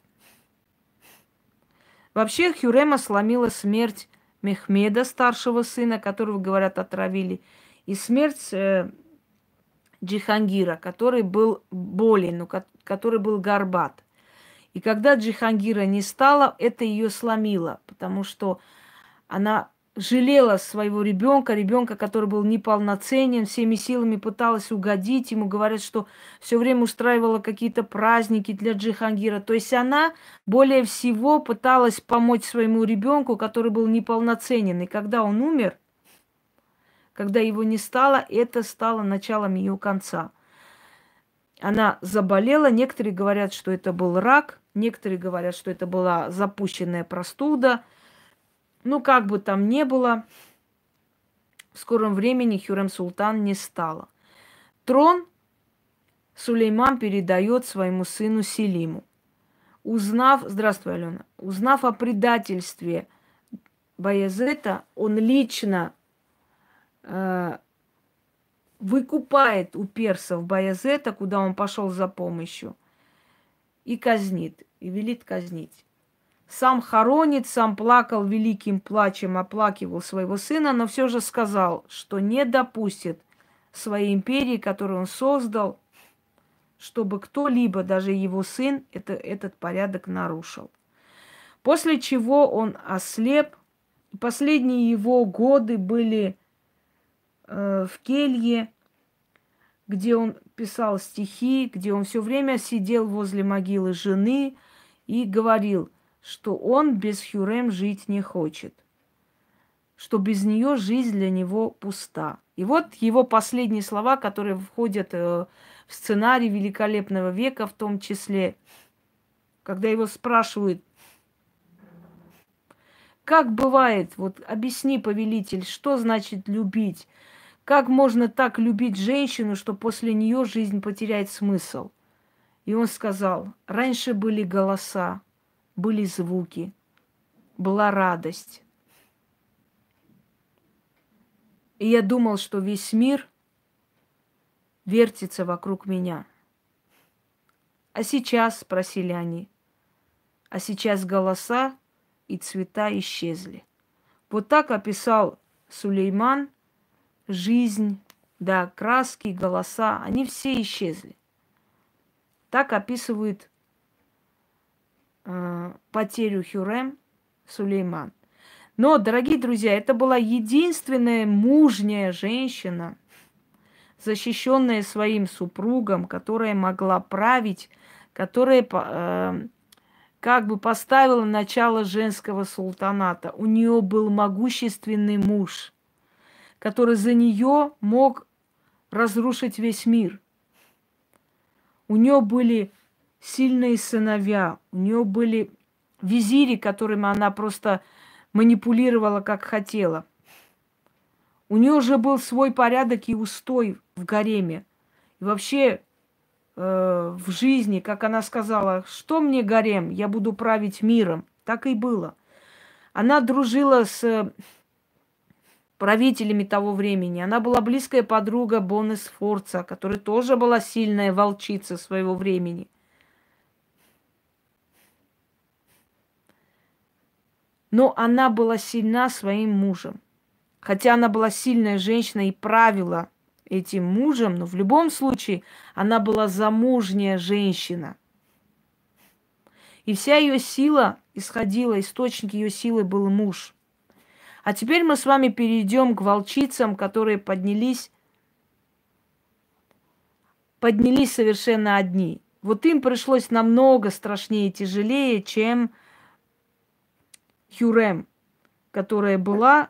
Вообще Хюррема сломила смерть Мехмеда, старшего сына, которого, говорят, отравили, и смерть э, Джихангира, который был болен, но который был горбат. И когда Джихангира не стало, это ее сломило, потому что она жалела своего ребенка, ребенка, который был неполноценен, всеми силами пыталась угодить ему, говорят, что все время устраивала какие-то праздники для Джихангира. То есть она более всего пыталась помочь своему ребенку, который был неполноценен. И когда он умер, когда его не стало, это стало началом ее конца. Она заболела, некоторые говорят, что это был рак, некоторые говорят, что это была запущенная простуда. Ну, как бы там ни было, в скором времени Хюррем Султан не стало. Трон Сулейман передает своему сыну Селиму. Узнав, здравствуй, Алена, узнав о предательстве Баязета, он лично э, выкупает у персов Баязета, куда он пошел за помощью, и казнит, и велит казнить. Сам хоронит, сам плакал великим плачем, оплакивал своего сына, но все же сказал, что не допустит своей империи, которую он создал, чтобы кто-либо, даже его сын, это, этот порядок нарушил. После чего он ослеп. Последние его годы были э, в келье, где он писал стихи, где он все время сидел возле могилы жены и говорил, что он без Хюррем жить не хочет, что без нее жизнь для него пуста. И вот его последние слова, которые входят в сценарий «Великолепного века», в том числе, когда его спрашивают, как бывает, вот объясни, повелитель, что значит любить? Как можно так любить женщину, что после нее жизнь потеряет смысл? И он сказал, раньше были голоса, были звуки, была радость. И я думал, что весь мир вертится вокруг меня. А сейчас, спросили они, а сейчас голоса и цвета исчезли. Вот так описал Сулейман жизнь, да, краски, голоса, они все исчезли. Так описывает э, потерю Хюррем Сулейман. Но, дорогие друзья, это была единственная мужняя женщина, защищенная своим супругом, которая могла править, которая э, как бы поставила начало женского султаната. У нее был могущественный муж, который за нее мог разрушить весь мир. У нее были сильные сыновья, у нее были визири, которыми она просто манипулировала, как хотела. У нее уже был свой порядок и устой в гареме. И вообще э, в жизни, как она сказала, что мне гарем, я буду править миром. Так и было. Она дружила с правителями того времени. Она была близкая подруга Боны Сфорца, которая тоже была сильная волчица своего времени. Но она была сильна своим мужем. Хотя она была сильная женщина и правила этим мужем, но в любом случае она была замужняя женщина. И вся ее сила исходила, источник ее силы был муж. А теперь мы с вами перейдем к волчицам, которые поднялись, поднялись совершенно одни. Вот им пришлось намного страшнее и тяжелее, чем Хюррем, которая была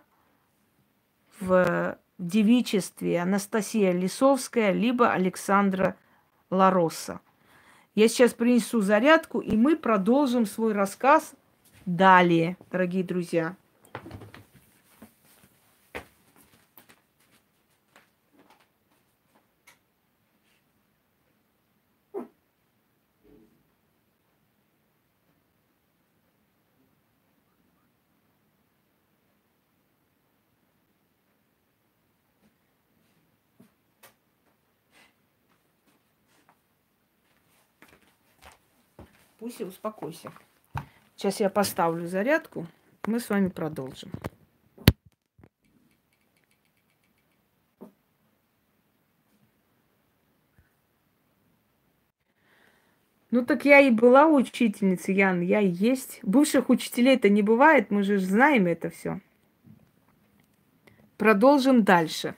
в девичестве Анастасия Лисовская, либо Александра Лароса. Я сейчас принесу зарядку, и мы продолжим свой рассказ далее, дорогие друзья. Пусть и успокойся. Сейчас я поставлю зарядку, мы с вами продолжим. Ну так я и была учительницей, Ян, я и есть. Бывших учителей-то не бывает, мы же знаем это все. Продолжим дальше.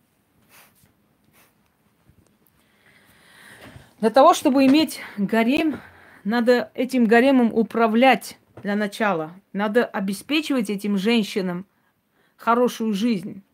Для того, чтобы иметь гарем, надо этим гаремом управлять для начала. Надо обеспечивать этим женщинам хорошую жизнь.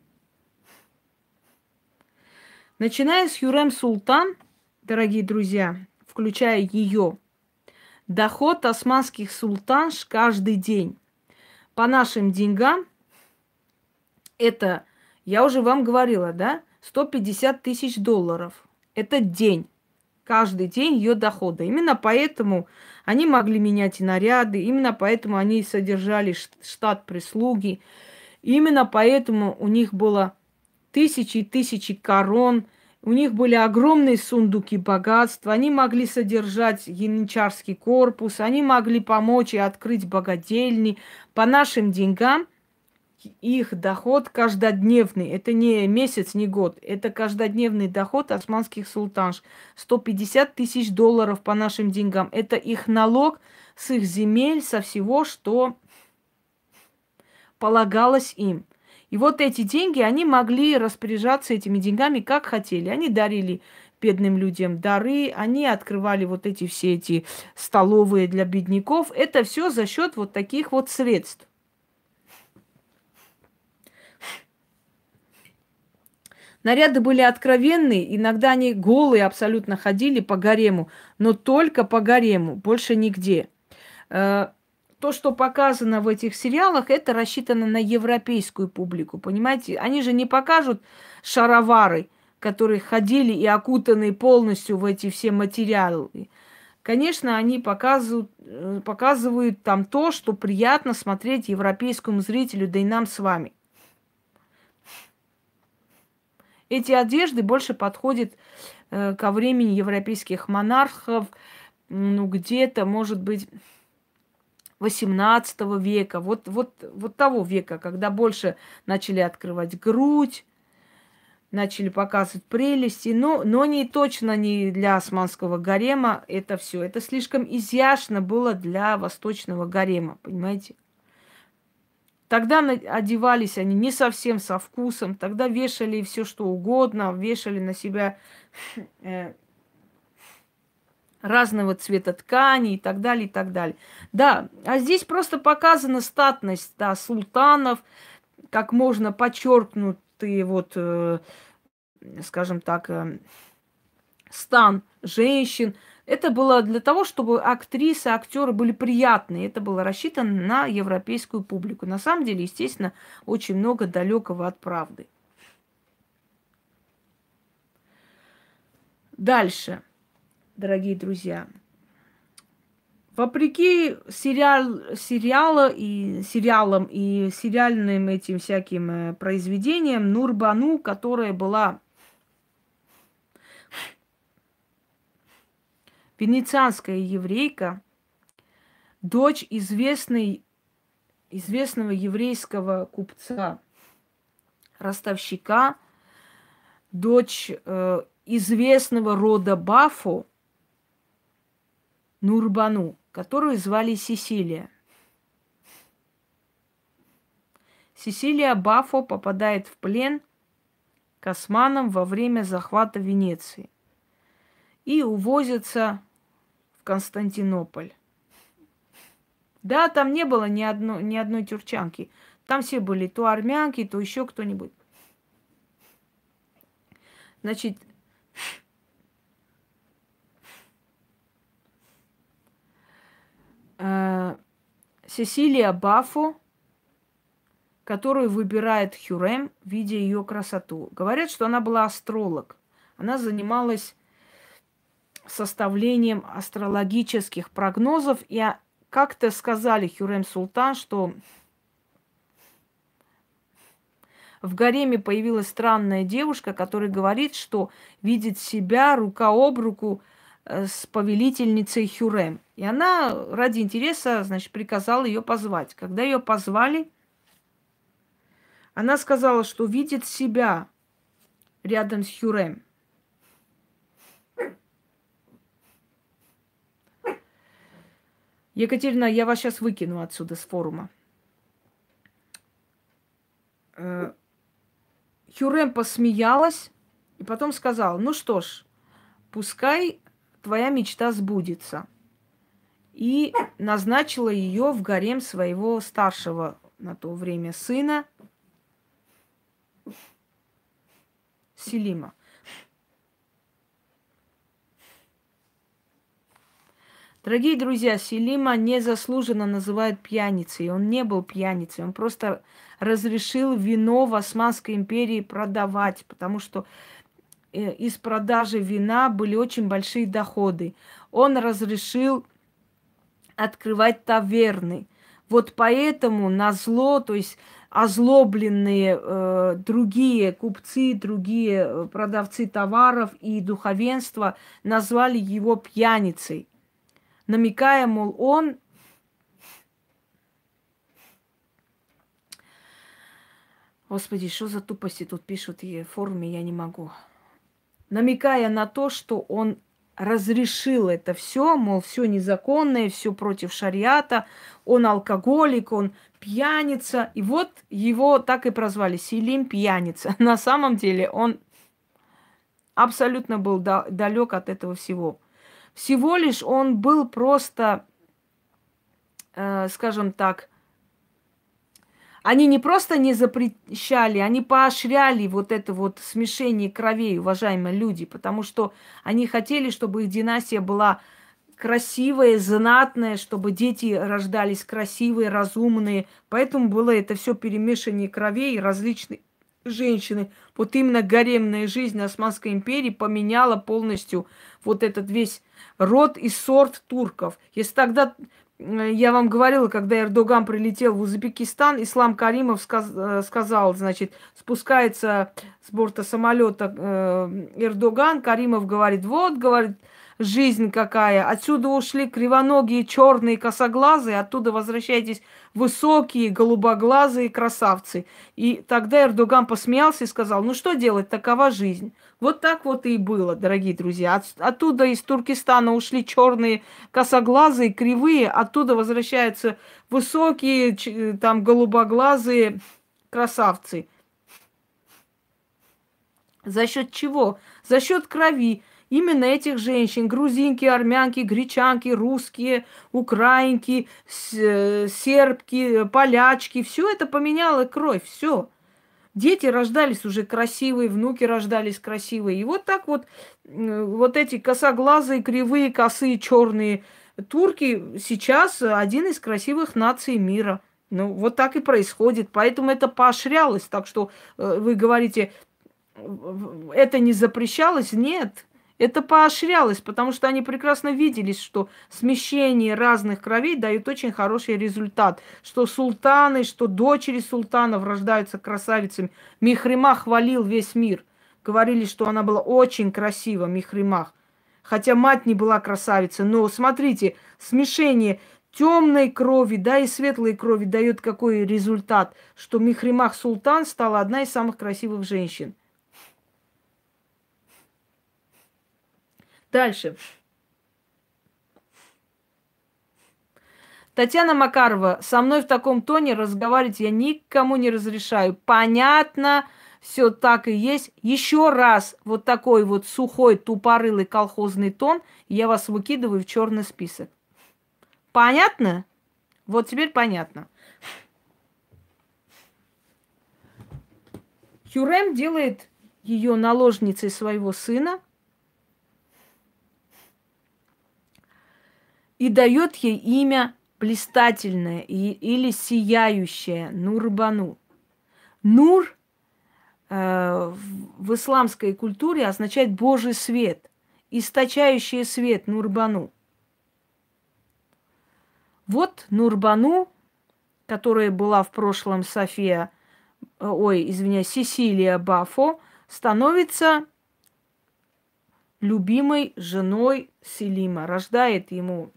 Начиная с Хюррем Султан, дорогие друзья, включая ее, доход османских султанш каждый день по нашим деньгам, это, я уже вам говорила, да, сто пятьдесят тысяч долларов. Это день. Каждый день ее дохода. Именно поэтому они могли менять и наряды, именно поэтому они содержали штат прислуги, именно поэтому у них было тысячи и тысячи корон, у них были огромные сундуки богатства, они могли содержать янычарский корпус, они могли помочь и открыть богадельни. По нашим деньгам их доход каждодневный, это не месяц, не год, это каждодневный доход османских султанш. сто пятьдесят тысяч долларов по нашим деньгам. Это их налог с их земель, со всего, что полагалось им. И вот эти деньги, они могли распоряжаться этими деньгами как хотели. Они дарили бедным людям дары, они открывали вот эти все эти столовые для бедняков. Это все за счет вот таких вот средств. Наряды были откровенные, иногда они голые абсолютно ходили по гарему, но только по гарему, больше нигде. Э, То, что показано в этих сериалах, это рассчитано на европейскую публику, понимаете? Они же не покажут шаровары, которые ходили и окутаны полностью в эти все материалы. Конечно, они показывают, э, показывают там то, что приятно смотреть европейскому зрителю, да и нам с вами. Эти одежды больше подходят э, ко времени европейских монархов, ну, где-то, может быть, восемнадцатого века, вот, вот, вот того века, когда больше начали открывать грудь, начали показывать прелести, но, но не точно не для османского гарема это все. Это слишком изящно было для восточного гарема, понимаете? Тогда одевались они не совсем со вкусом, тогда вешали все что угодно, вешали на себя э, разного цвета ткани и так далее, и так далее. Да, а здесь просто показана статность, да, султанов, как можно подчеркнутые вот, э, скажем так, э, стан женщин. Это было для того, чтобы актрисы, актеры были приятные. Это было рассчитано на европейскую публику. На самом деле, естественно, очень много далекого от правды. Дальше, дорогие друзья. Вопреки сериал, сериала и сериалам и сериальным этим всяким произведениям, Нурбану, которая была венецианская еврейка, дочь известной, известного еврейского купца, ростовщика, дочь э, известного рода Бафо, Нурбану, которую звали Сесилия. Сесилия Бафо попадает в плен к османам во время захвата Венеции и увозится в Константинополь. Да, там не было ни, одно, ни одной тюркчанки. Там все были то армянки, то еще кто-нибудь. Значит, э, Сесилия Бафо, которую выбирает Хюррем, видя ее красоту. Говорят, что она была астролог. Она занималась составлением астрологических прогнозов. И как-то сказали Хюррем Султан, что в гареме появилась странная девушка, которая говорит, что видит себя рука об руку с повелительницей Хюррем. И она ради интереса, значит, приказала ее позвать. Когда ее позвали, она сказала, что видит себя рядом с Хюррем. Екатерина, я вас сейчас выкину отсюда с форума. Хюррем посмеялась и потом сказала: ну что ж, пускай твоя мечта сбудется. И назначила ее в гарем своего старшего на то время сына Селима. Дорогие друзья, Селима незаслуженно называют пьяницей. Он не был пьяницей, он просто разрешил вино в Османской империи продавать, потому что из продажи вина были очень большие доходы. Он разрешил открывать таверны. Вот поэтому назло, то есть озлобленные э, другие купцы, другие продавцы товаров и духовенство назвали его пьяницей, намекая, мол, он Господи, что за тупости тут пишут и в форуме, я не могу. Намекая на то, что он разрешил это все, мол, все незаконное, все против шариата, он алкоголик, он пьяница. И вот его так и прозвали Селим пьяница. На самом деле он абсолютно был далек от этого всего. Всего лишь он был просто, э, скажем так, они не просто не запрещали, они поощряли вот это вот смешение кровей, уважаемые люди, потому что они хотели, чтобы их династия была красивая, знатная, чтобы дети рождались красивые, разумные. Поэтому было это все перемешание кровей, различные женщины. Вот именно гаремная жизнь Османской империи поменяла полностью вот этот весь род и сорт турков. Если тогда... Я вам говорила, когда Эрдоган прилетел в Узбекистан, Ислам Каримов сказ, сказал, значит, спускается с борта самолета э, Эрдоган, Каримов говорит, вот, говорит, жизнь какая, отсюда ушли кривоногие, черные, косоглазые, оттуда возвращайтесь высокие, голубоглазые красавцы. И тогда Эрдоган посмеялся и сказал, ну что делать, такова жизнь. Вот так вот и было, дорогие друзья. От, оттуда из Туркестана ушли черные, косоглазые, кривые, оттуда возвращаются высокие, ч, там, голубоглазые красавцы. За счет чего? За счет крови. Именно этих женщин, грузинки, армянки, гречанки, русские, украинки, сербки, полячки, все это поменяло кровь, все. Дети рождались уже красивые, внуки рождались красивые. И вот так вот, вот эти косоглазые, кривые, косые, черные турки сейчас один из красивых наций мира. Ну, вот так и происходит. Поэтому это поощрялось. Так что вы говорите, это не запрещалось? Нет. Это поощрялось, потому что они прекрасно видели, что смещение разных кровей дает очень хороший результат. Что султаны, что дочери султанов рождаются красавицами. Михримах хвалил весь мир. Говорили, что она была очень красива, Михримах. Хотя мать не была красавицей. Но смотрите, смешение темной крови, да, и светлой крови дает какой результат, что Михримах Султан стала одна из самых красивых женщин. Дальше. Татьяна Макарова, со мной в таком тоне разговаривать я никому не разрешаю. Понятно, все так и есть. Еще раз вот такой вот сухой, тупорылый колхозный тон, я вас выкидываю в черный список. Понятно? Вот теперь понятно. Хюррем делает ее наложницей своего сына и дает ей имя блистательное и, или сияющее Нурбану. Нур э, в, в исламской культуре означает Божий свет, источающий свет Нурбану. Вот Нурбану, которая была в прошлом София, ой, извиняюсь, Сесилия Бафо, становится любимой женой Селима, рождает ему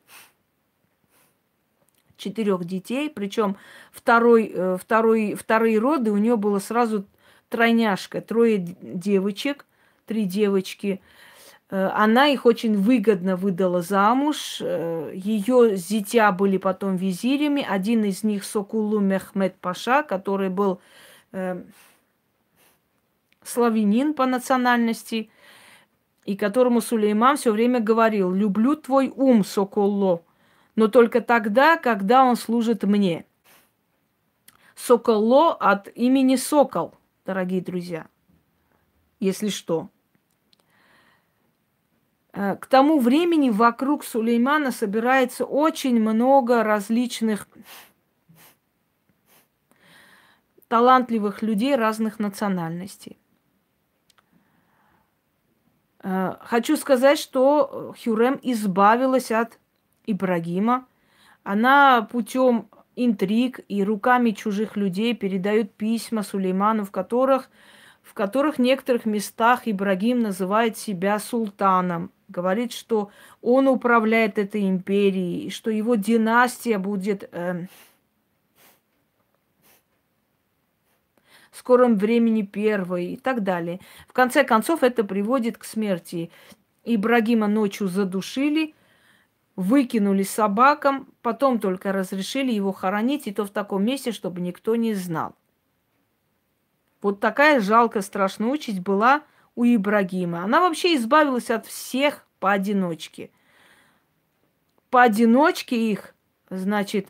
четырех детей, причем второй, второй, вторые роды у нее было сразу тройняшка, трое девочек, три девочки. Она их очень выгодно выдала замуж. Ее зятя были потом визирями. Один из них Сокулу Мехмед Паша, который был э, славянин по национальности, и которому Сулейман все время говорил: люблю твой ум, Соколло, но только тогда, когда он служит мне. Соколло от имени Сокол, дорогие друзья, если что. К тому времени вокруг Сулеймана собирается очень много различных талантливых людей разных национальностей. Хочу сказать, что Хюррем избавилась от Ибрагима. Она путем интриг и руками чужих людей передает письма Сулейману, в которых, в которых в некоторых местах Ибрагим называет себя султаном. Говорит, что он управляет этой империей, и что его династия будет э, в скором времени первой и так далее. В конце концов, это приводит к смерти Ибрагима ночью задушили, выкинули собакам, потом только разрешили его хоронить, и то в таком месте, чтобы никто не знал. Вот такая жалкая, страшная участь была у Ибрагима. Она вообще избавилась от всех поодиночке. Поодиночке их, значит,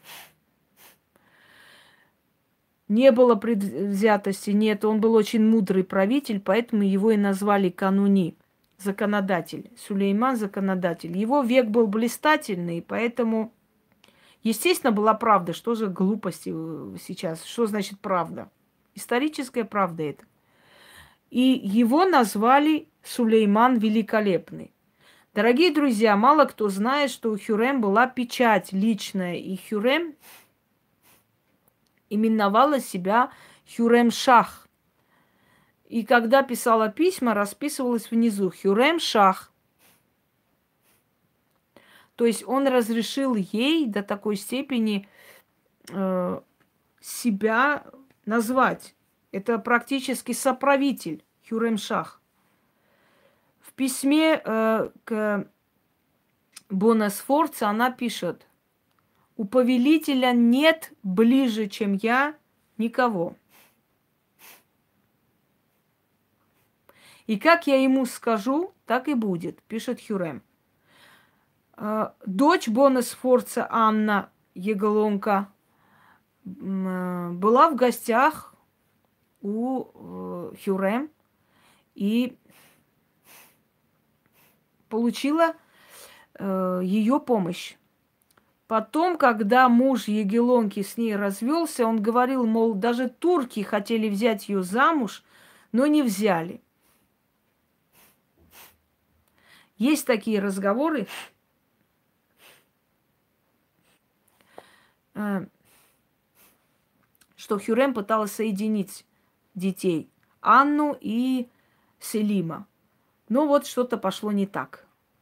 не было предвзятости, нет, он был очень мудрый правитель, поэтому его и назвали Кануни, законодатель. Сулейман законодатель. Его век был блистательный, поэтому, естественно, была правда. Что же глупости сейчас? Что значит правда? Историческая правда это. И его назвали Сулейман Великолепный. Дорогие друзья, мало кто знает, что у Хюррем была печать личная, и Хюррем именовала себя Хюррем-Шах. И когда писала письма, расписывалась внизу Хюррем-Шах. То есть он разрешил ей до такой степени э, себя назвать. Это практически соправитель Хюррем-Шах. В письме э, к Бонасфорце она пишет: «У повелителя нет ближе, чем я, никого. И как я ему скажу, так и будет», пишет Хюррем. Дочь Бонасфорца Анна Яголонка была в гостях у Хюррем и получила ее помощь. Потом, когда муж Егелонки с ней развелся, он говорил, мол, даже турки хотели взять ее замуж, но не взяли. Есть такие разговоры, что Хюррем пыталась соединить детей, Анну и Селима. Но вот что-то пошло не так.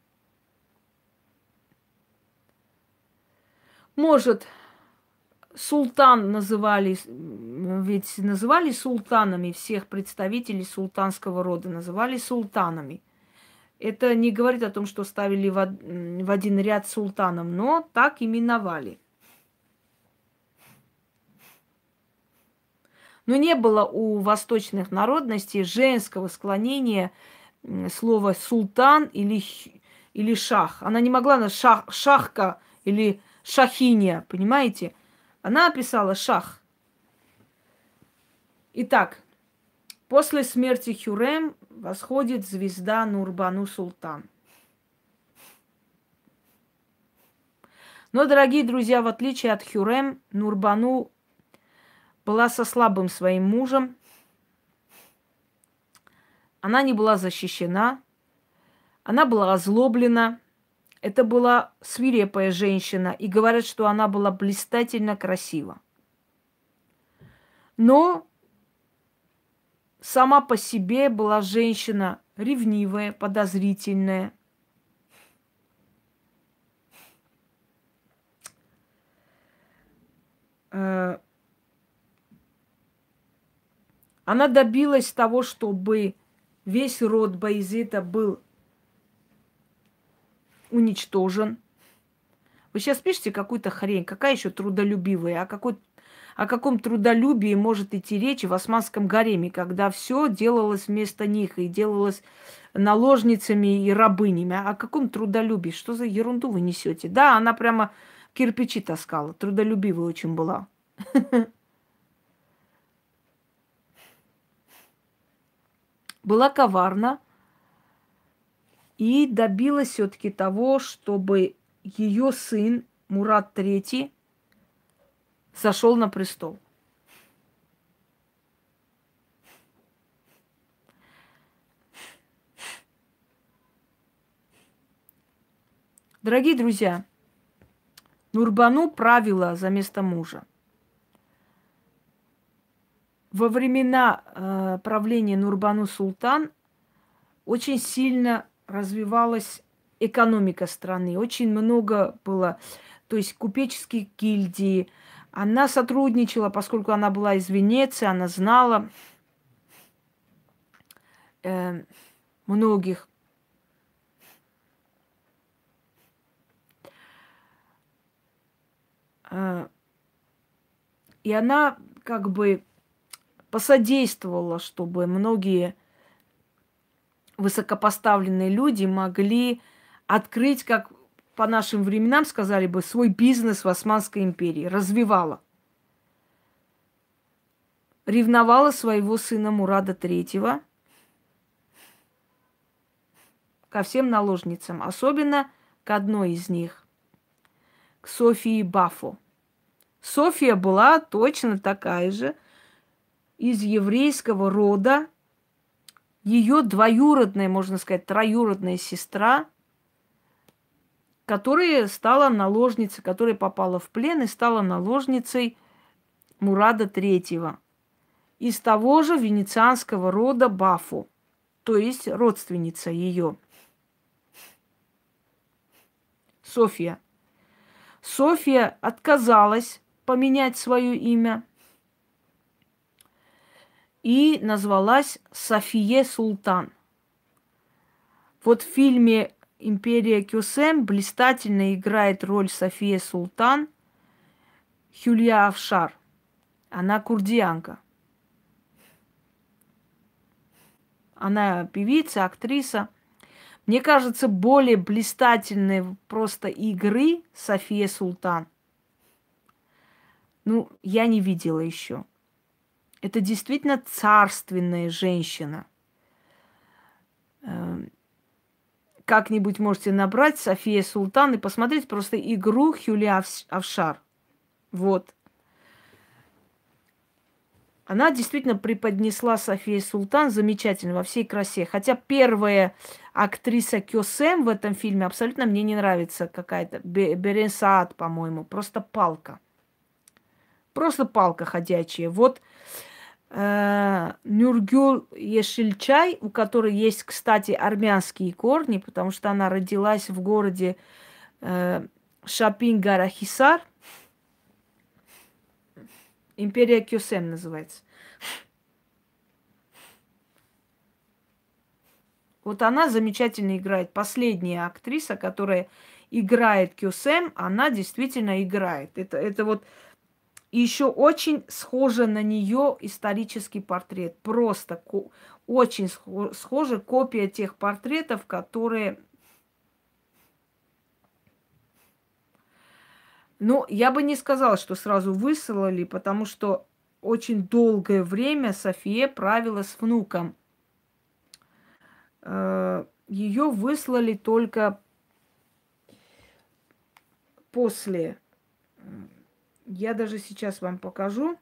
Может, султан называли, ведь называли султанами всех представителей султанского рода, называли султанами. Это не говорит о том, что ставили в один ряд с султаном, но так именовали. Но не было у восточных народностей женского склонения слова султан или, или шах. Она не могла на шах, шахка или шахиня, понимаете? Она описала шах. Итак, после смерти Хюррем восходит звезда Нурбану Султан. Но, дорогие друзья, в отличие от Хюррем, Нурбану была со слабым своим мужем. Она не была защищена. Она была озлоблена. Это была свирепая женщина. И говорят, что она была блистательно красива. Но сама по себе была женщина ревнивая, подозрительная. Она добилась того, чтобы весь род Баязида был уничтожен. Вы сейчас пишете какую-то хрень. Какая еще трудолюбивая? О, какой, о каком трудолюбии может идти речь в османском гареме, когда все делалось вместо них и делалось наложницами и рабынями? О каком трудолюбии? Что за ерунду вы несете? Да, она прямо кирпичи таскала. Трудолюбивая очень была. Была коварна и добилась все-таки того, чтобы ее сын Мурат третий сошел на престол. Дорогие друзья, Нурбану правила за место мужа. Во времена э, правления Нурбану Султан очень сильно развивалась экономика страны. Очень много было, то есть купеческие гильдии. Она сотрудничала, поскольку она была из Венеции, она знала э, многих Э, И она как бы посодействовала, чтобы многие высокопоставленные люди могли открыть, как по нашим временам сказали бы, свой бизнес в Османской империи. Развивала. Ревновала своего сына Мурада третьего ко всем наложницам, особенно к одной из них, к Софии Бафо. София была точно такая же, из еврейского рода. Ее двоюродная, можно сказать, троюродная сестра, которая стала наложницей, которая попала в плен и стала наложницей Мурада третьего. Из того же венецианского рода Бафо, то есть родственница ее. Софья. Софья отказалась поменять свое имя и назвалась Софие Султан. Вот в фильме «Империя Кесем» блистательно играет роль София Султан Хюлья Авшар. Она курдианка. Она певица, актриса. Мне кажется, более блистательной просто игры София Султан, ну, я не видела еще. Это действительно царственная женщина. Как-нибудь можете набрать София Султан и посмотреть просто игру Хюлья Авшар. Вот. Она действительно преподнесла София Султан замечательно, во всей красе. Хотя первая актриса Кесем в этом фильме абсолютно мне не нравится какая-то. Берен Саад, по-моему. Просто палка. Просто палка ходячая. Вот э, Нургюл Ешильчай, у которой есть, кстати, армянские корни, потому что она родилась в городе э, Шапин-Гарахисар. Империя Кесем называется. Вот она замечательно играет. Последняя актриса, которая играет Кесем, она действительно играет. Это, это вот еще очень схоже на нее исторический портрет. Просто ко- очень схоже копия тех портретов, которые... Ну, я бы не сказала, что сразу высылали, потому что очень долгое время София правила с внуком. Ее выслали только после. Я даже сейчас вам покажу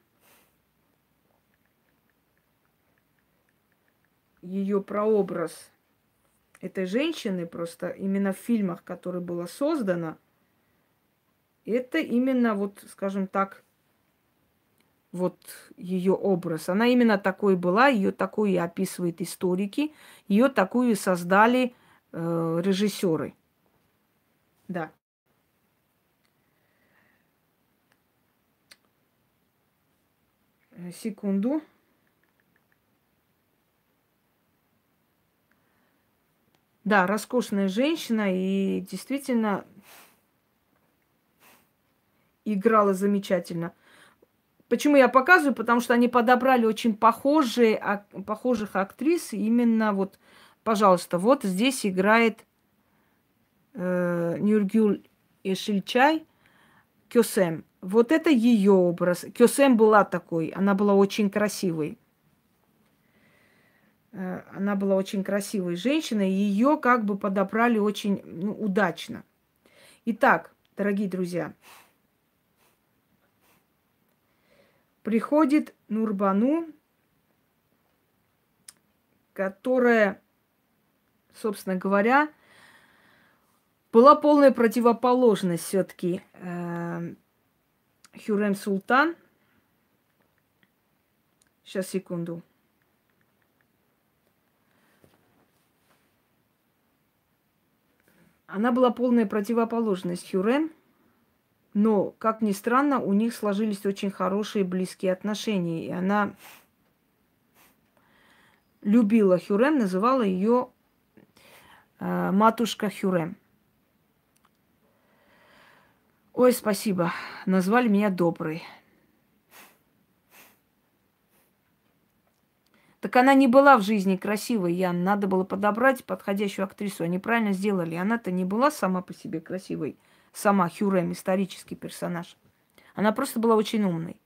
ее прообраз этой женщины, просто именно в фильмах, которые было создано. Это именно, вот, скажем так, вот ее образ. Она именно такой была, ее такую и описывают историки, ее такую создали э, режиссеры. Да. Секунду. Да, роскошная женщина и действительно играла замечательно. Почему я показываю? Потому что они подобрали очень похожие, ак- похожих актрис. Именно вот, пожалуйста, вот здесь играет э, Нургюл Ешильчай Кесем. Вот это ее образ. Кесем была такой, она была очень красивой. Э, она была очень красивой женщиной, и ее как бы подобрали очень ну, удачно. Итак, дорогие друзья, приходит Нурбану, которая, собственно говоря, была полная противоположность все-таки э, Хюррем Султан. Сейчас, секунду. Она была полная противоположность Хюррем, но, как ни странно, у них сложились очень хорошие близкие отношения. И она любила Хюррем, называла ее э, матушка Хюррем. Ой, спасибо. Назвали меня доброй. Так она не была в жизни красивой, Ян. Надо было подобрать подходящую актрису. Они правильно сделали. Она-то не была сама по себе красивой. Сама Хюррем, исторический персонаж. Она просто была очень умной.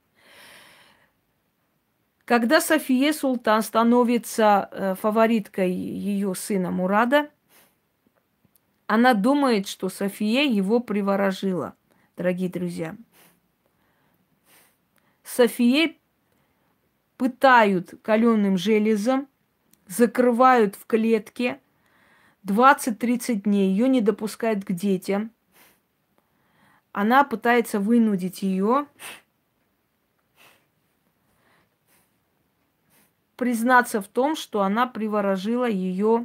Когда София Султан становится э, фавориткой ее сына Мурада, она думает, что София его приворожила, дорогие друзья. София пытают каленым железом, закрывают в клетке двадцать-тридцать дней, ее не допускают к детям. Она пытается вынудить ее признаться в том, что она приворожила ее,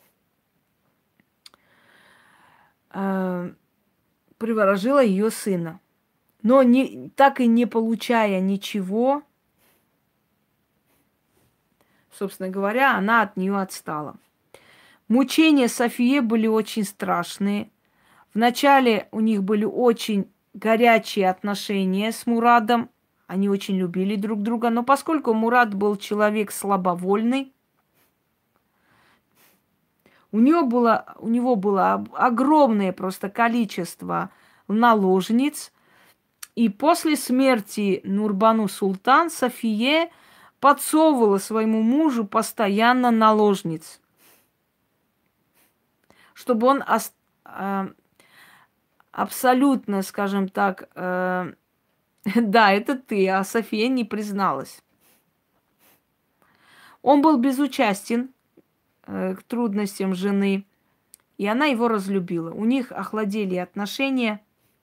э, приворожила ее сына. Но не, так и не получая ничего, собственно говоря, она от нее отстала. Мучения Софии были очень страшные. Вначале у них были очень горячие отношения с Мурадом. Они очень любили друг друга. Но поскольку Мурад был человек слабовольный, у него было, у него было огромное просто количество наложниц. И после смерти Нурбану Султан София подсовывала своему мужу постоянно наложниц, чтобы он ос- э, абсолютно, скажем так, э, да, это ты, а София не призналась. Он был безучастен э, к трудностям жены, и она его разлюбила. У них охладели отношения.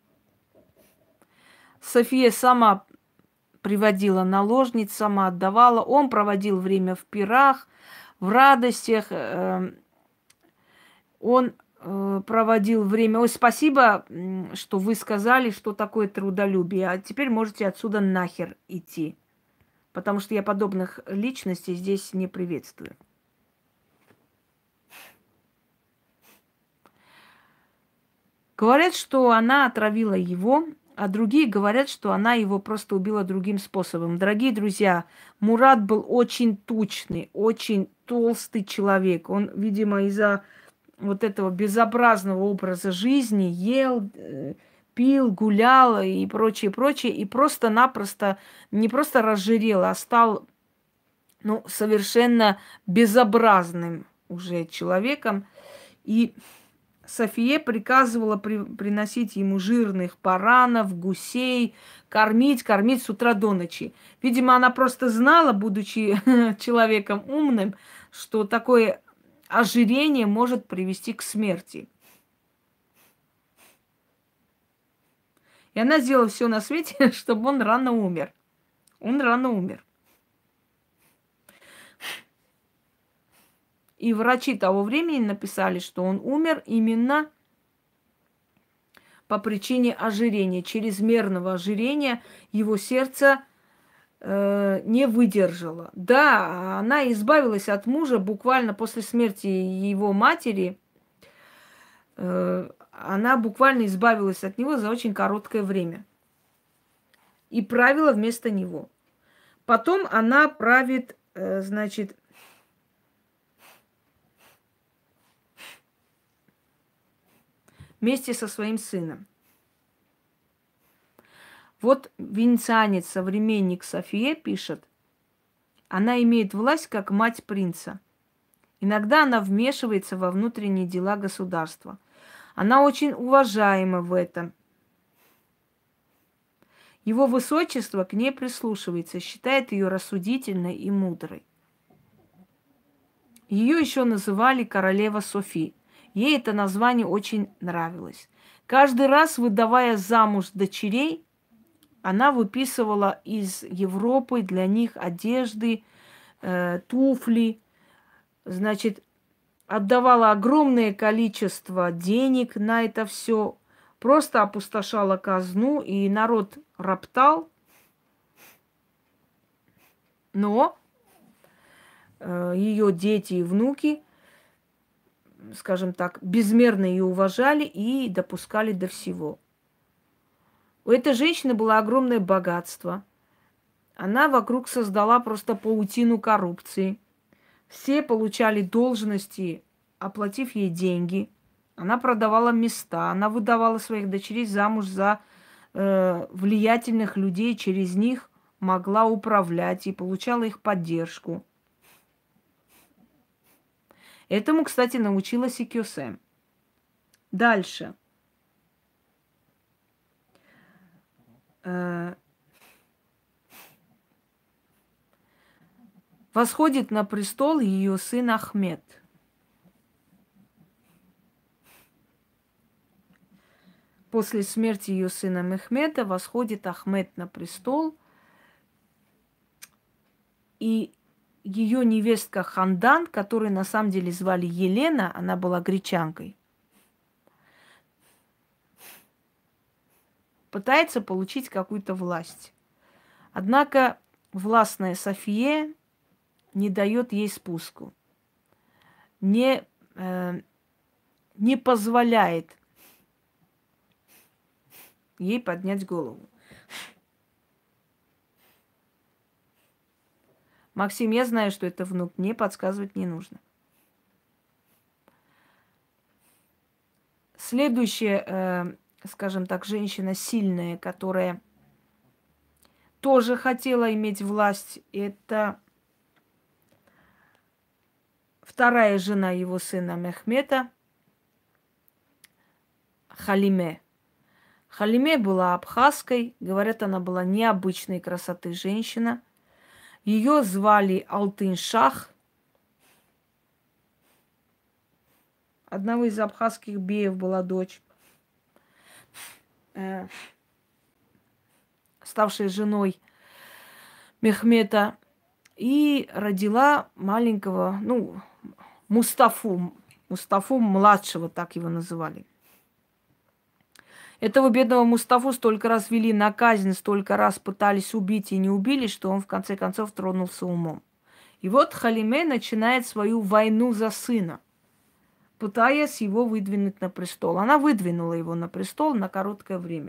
София сама приводила наложниц, сама отдавала. Он проводил время в пирах, в радостях. Э, он э, проводил время. Ой, спасибо, что вы сказали, что такое трудолюбие. А теперь можете отсюда нахер идти. Потому что я подобных личностей здесь не приветствую. Говорят, что она отравила его, а другие говорят, что она его просто убила другим способом. Дорогие друзья, Мурад был очень тучный, очень толстый человек. Он, видимо, из-за вот этого безобразного образа жизни ел, пил, гулял и прочее, прочее. И просто-напросто не просто разжирел, а стал, ну, совершенно безобразным уже человеком. И София приказывала при, приносить ему жирных баранов, гусей, кормить, кормить с утра до ночи. Видимо, она просто знала, будучи человеком умным, что такое ожирение может привести к смерти. И она сделала все на свете, чтобы он рано умер. Он рано умер. И врачи того времени написали, что он умер именно по причине ожирения, чрезмерного ожирения. Его сердце э, не выдержало. Да, она избавилась от мужа буквально после смерти его матери. Э, она буквально избавилась от него за очень короткое время. И правила вместо него. Потом она правит, э, значит, вместе со своим сыном. Вот венецианец, современник София, пишет, она имеет власть как мать принца. Иногда она вмешивается во внутренние дела государства. Она очень уважаема в этом. Его высочество к ней прислушивается, считает ее рассудительной и мудрой. Ее еще называли королева Софи. Ей это название очень нравилось. Каждый раз, выдавая замуж дочерей, она выписывала из Европы для них одежды, э, туфли, значит, отдавала огромное количество денег на это все, просто опустошала казну, и народ роптал. Но э, ее дети и внуки, скажем так, безмерно ее уважали и допускали до всего. У этой женщины было огромное богатство. Она вокруг создала просто паутину коррупции. Все получали должности, оплатив ей деньги. Она продавала места, она выдавала своих дочерей замуж за э, влиятельных людей, через них могла управлять и получала их поддержку. Этому, кстати, научилась и Кёсем. Дальше. Э, восходит на престол ее сын Ахмед. После смерти ее сына Мехмеда восходит Ахмед на престол, и ее невестка Хандан, которую на самом деле звали Елена, она была гречанкой, пытается получить какую-то власть. Однако властная София не дает ей спуску, не, э, не позволяет ей поднять голову. Максим, я знаю, что это внук, мне подсказывать не нужно. Следующая, э, скажем так, женщина сильная, которая тоже хотела иметь власть, это вторая жена его сына Мехмета, Халиме. Халиме была абхазской, говорят, она была необычной красоты женщина. Ее звали Алтын-Шах, одного из абхазских беев была дочь, э, ставшая женой Мехмета, и родила маленького, ну, Мустафу, Мустафу младшего, так его называли. Этого бедного Мустафу столько раз вели на казнь, столько раз пытались убить и не убили, что он в конце концов тронулся умом. И вот Халиме начинает свою войну за сына, пытаясь его выдвинуть на престол. Она выдвинула его на престол на короткое время.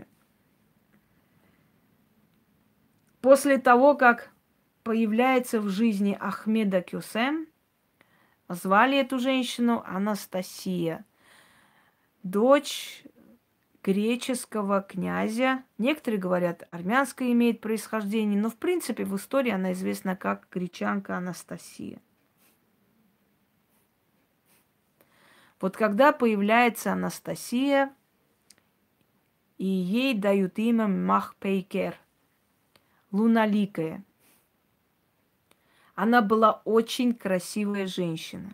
После того, как появляется в жизни Ахмеда Кёсем, звали эту женщину Анастасия, дочь греческого князя. Некоторые говорят, армянское имеет происхождение, но в принципе в истории она известна как гречанка Анастасия. Вот когда появляется Анастасия, и ей дают имя Махпейкер, луналикая. Она была очень красивая женщина.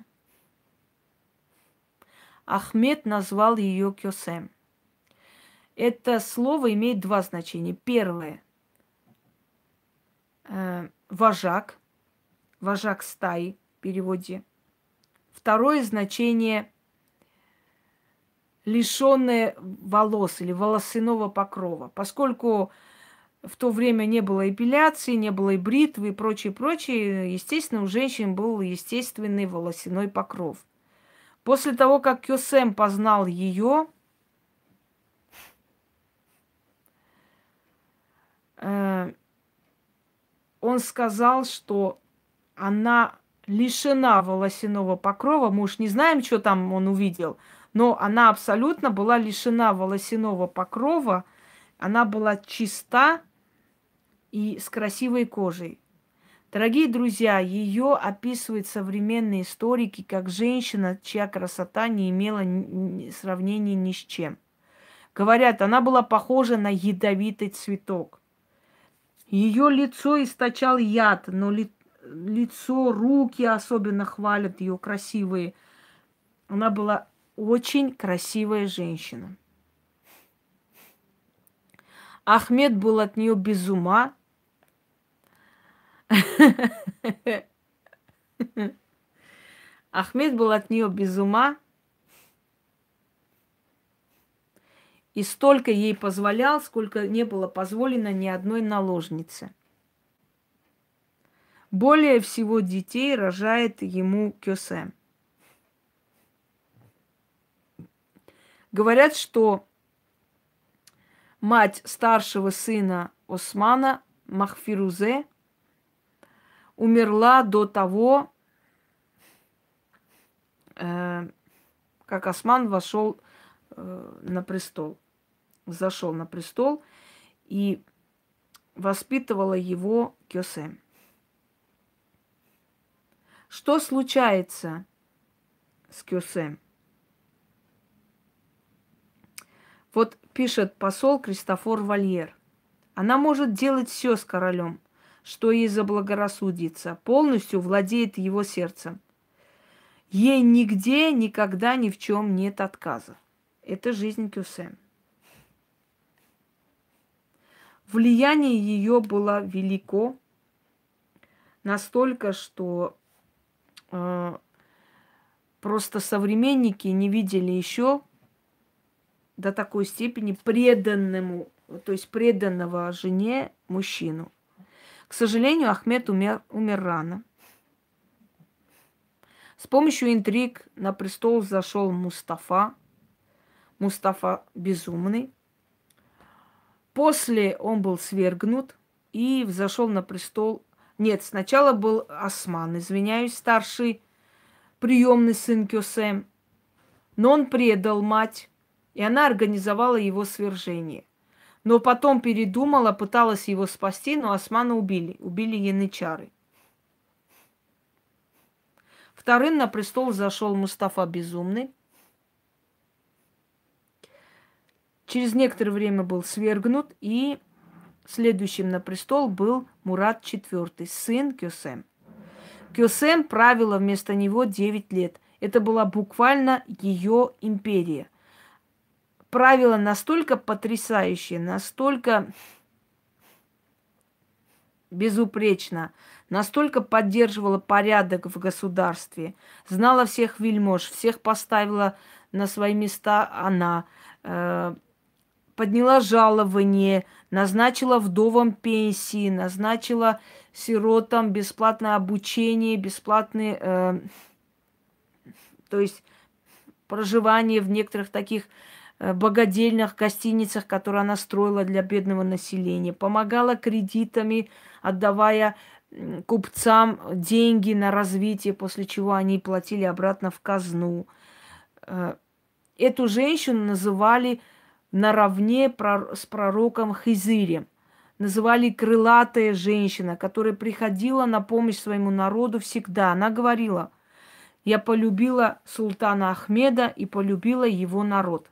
Ахмед назвал ее Кёсем. Это слово имеет два значения. Первое э, – вожак, вожак стаи в переводе. Второе значение – лишенное волос или волосяного покрова. Поскольку в то время не было эпиляции, не было и бритвы и прочее, прочее, естественно, у женщин был естественный волосяной покров. После того, как Кёсем познал ее, он сказал, что она лишена волосяного покрова. Мы уж не знаем, что там он увидел, но она абсолютно была лишена волосяного покрова. Она была чиста и с красивой кожей. Дорогие друзья, ее описывают современные историки как женщина, чья красота не имела сравнения ни с чем. Говорят, она была похожа на ядовитый цветок. Ее лицо источал яд, но ли, лицо, руки особенно хвалят ее красивые. Она была очень красивая женщина. Ахмед был от нее без ума. Ахмед был от нее без ума. И столько ей позволял, сколько не было позволено ни одной наложнице. Более всего детей рожает ему Кёсем. Говорят, что мать старшего сына Османа, Махфирузе, умерла до того, э, как Осман вошел э, на престол, зашел на престол, и воспитывала его Кёсем. Что случается с Кёсем? Вот пишет посол Кристофор Вольер. Она может делать все с королем, что ей заблагорассудится, полностью владеет его сердцем. Ей нигде, никогда, ни в чем нет отказа. Это жизнь Кёсем. Влияние ее было велико, настолько, что э, просто современники не видели еще до такой степени преданному, то есть преданного жене мужчину. К сожалению, Ахмед умер, умер рано. С помощью интриг на престол зашел Мустафа. Мустафа безумный. После он был свергнут и взошел на престол. Нет, сначала был Осман, извиняюсь, старший приемный сын Кёсем. Но он предал мать, и она организовала его свержение. Но потом передумала, пыталась его спасти, но Османа убили. Убили янычары. Вторым на престол зашел Мустафа безумный. Через некоторое время был свергнут, и следующим на престол был Мурад четвёртый, сын Кёсем. Кёсем правила вместо него девять лет. Это была буквально ее империя. Правила настолько потрясающие, настолько безупречно, настолько поддерживала порядок в государстве, знала всех вельмож, всех поставила на свои места она, э, подняла жалование, назначила вдовам пенсии, назначила сиротам бесплатное обучение, бесплатные, э, то есть проживание в некоторых таких богадельных гостиницах, которые она строила для бедного населения, помогала кредитами, отдавая купцам деньги на развитие, после чего они платили обратно в казну. Эту женщину называли наравне с пророком Хизирем. Называли крылатая женщина, которая приходила на помощь своему народу всегда. Она говорила: я полюбила султана Ахмеда и полюбила его народ.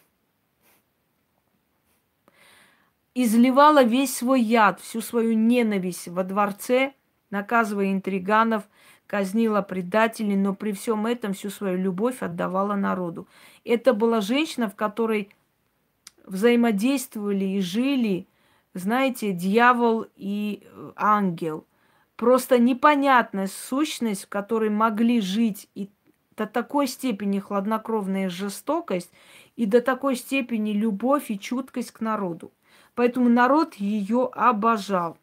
Изливала весь свой яд, всю свою ненависть во дворце, наказывая интриганов, казнила предателей, но при всем этом всю свою любовь отдавала народу. Это была женщина, в которой взаимодействовали и жили, знаете, дьявол и ангел. Просто непонятная сущность, в которой могли жить и до такой степени хладнокровная жестокость, и до такой степени любовь и чуткость к народу. Поэтому народ ее обожал.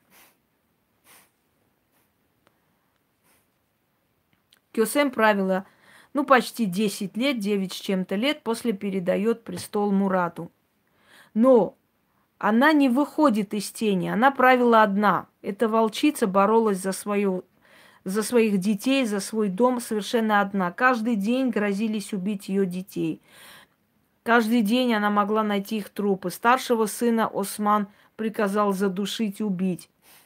Кёсем правила, ну, почти десять лет, девять с чем-то лет, после передает престол Мураду. Но она не выходит из тени, она правила одна. Эта волчица боролась за, свою, за своих детей, за свой дом совершенно одна. Каждый день грозились убить ее детей. Каждый день она могла найти их трупы. Старшего сына Осман приказал задушить и убить.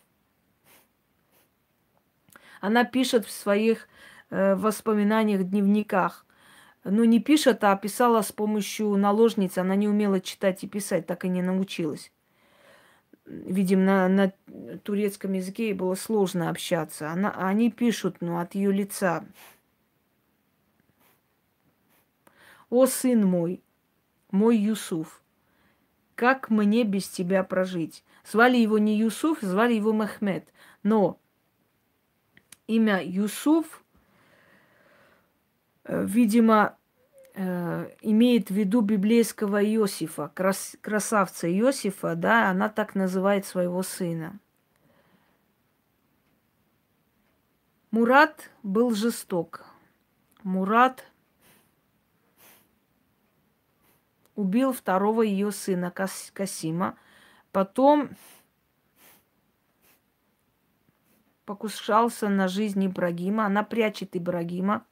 Она пишет в своих э, воспоминаниях, дневниках. Ну, не пишет, а писала с помощью наложницы. Она не умела читать и писать, так и не научилась. Видимо, на, на турецком языке ей было сложно общаться. Она, они пишут, ну, от ее лица. «О, сын мой, мой Юсуф, как мне без тебя прожить?» Звали его не Юсуф, звали его Мехмед. Но имя Юсуф, видимо, имеет в виду библейского Иосифа, крас- красавца Иосифа, да, она так называет своего сына. Мурад был жесток. Мурад убил второго ее сына Кас- Касима. Потом покушался на жизнь Ибрагима. Она прячет Ибрагима.